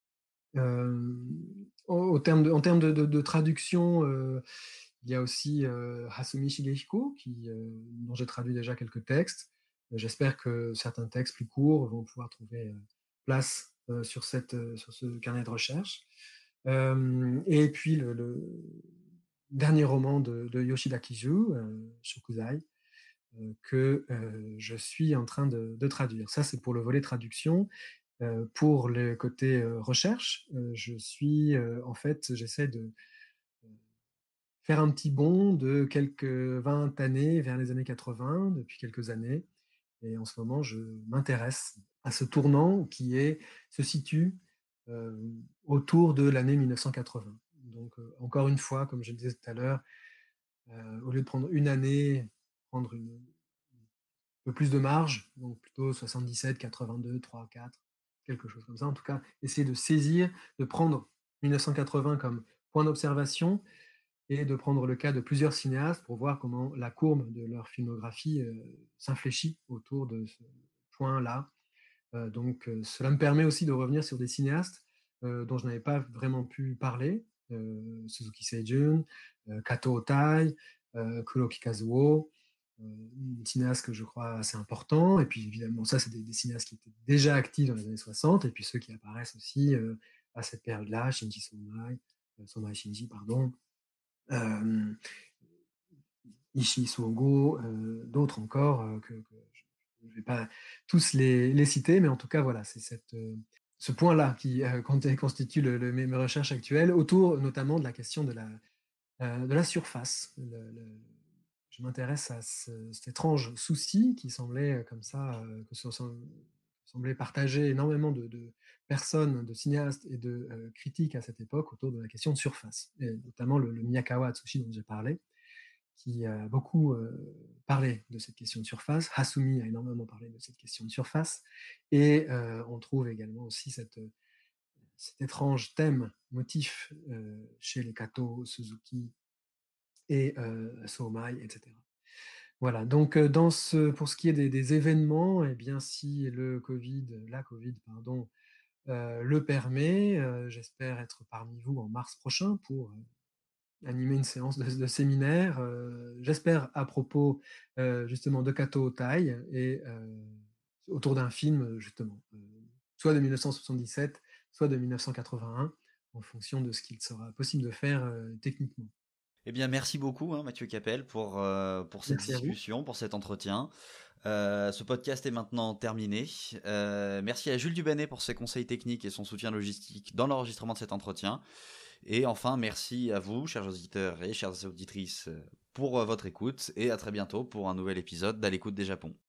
Euh, au terme de, en termes de, de, de traduction, euh, il y a aussi euh, Hasumi Shigehiko, qui, euh, dont j'ai traduit déjà quelques textes. J'espère que certains textes plus courts vont pouvoir trouver euh, place euh, sur, cette, euh, sur ce carnet de recherche. Euh, et puis le, le, dernier roman de, de Yoshida Kiju, euh, Shokuzai, euh, que euh, je suis en train de, de traduire. Ça, c'est pour le volet traduction. Euh, pour le côté euh, recherche, euh, je suis, euh, en fait, j'essaie de euh, faire un petit bond de quelques vingt années vers les années quatre-vingts, depuis quelques années. Et en ce moment, je m'intéresse à ce tournant qui est, se situe euh, autour de l'année mille neuf cent quatre-vingts. Donc, euh, encore une fois, comme je le disais tout à l'heure, euh, au lieu de prendre une année, prendre une, un peu plus de marge, donc plutôt soixante-dix-sept, quatre-vingt-deux, trois, quatre, quelque chose comme ça. En tout cas, essayer de saisir, de prendre mille neuf cent quatre-vingts comme point d'observation et de prendre le cas de plusieurs cinéastes pour voir comment la courbe de leur filmographie euh, s'infléchit autour de ce point-là. Euh, donc, euh, cela me permet aussi de revenir sur des cinéastes euh, dont je n'avais pas vraiment pu parler, euh, Suzuki Seijun, euh, Kato Otai, euh, Kuroki Kazuo, euh, une cinéaste que je crois assez important, et puis évidemment ça c'est des, des cinéastes qui étaient déjà actifs dans les années soixante, et puis ceux qui apparaissent aussi euh, à cette période-là, Shinji Somai, euh, Somai Shinji, pardon, euh, Ishii Suogo, euh, d'autres encore, euh, que, que je ne vais pas tous les, les, citer, mais en tout cas voilà, c'est cette, euh, ce point-là qui euh, constitue le, le, mes recherches actuelles, autour notamment de la question de la, euh, de la surface. Le, le, je m'intéresse à ce, cet étrange souci qui semblait euh, comme ça, euh, que ce semblait partager énormément de, de, personnes, de cinéastes et de euh, critiques à cette époque autour de la question de surface, et notamment le, le Miyakawa Atsushi dont j'ai parlé, qui a beaucoup euh, parlé de cette question de surface. Hasumi a énormément parlé de cette question de surface, et euh, on trouve également aussi cette cet étrange thème, motif euh, chez les Kato, Suzuki et euh, Somai, et cetera. Voilà, donc euh, dans ce, pour ce qui est des, des événements, eh bien, si le Covid, la Covid, pardon, euh, le permet, euh, j'espère être parmi vous en mars prochain pour euh, animer une séance de, de séminaire, euh, j'espère à propos euh, justement de Kato Tai et euh, autour d'un film justement, euh, soit de mille neuf cent soixante-dix-sept, soit de mille neuf cent quatre-vingt-un, en fonction de ce qu'il sera possible de faire euh, techniquement. Eh bien, merci beaucoup, hein, Mathieu Capel, pour, euh, pour cette Merci à vous. discussion, pour cet entretien. Euh, ce podcast est maintenant terminé. Euh, merci à Jules Dubanet pour ses conseils techniques et son soutien logistique dans l'enregistrement de cet entretien. Et enfin, merci à vous, chers auditeurs et chères auditrices, pour euh, votre écoute. Et à très bientôt pour un nouvel épisode d'À l'écoute des Japon.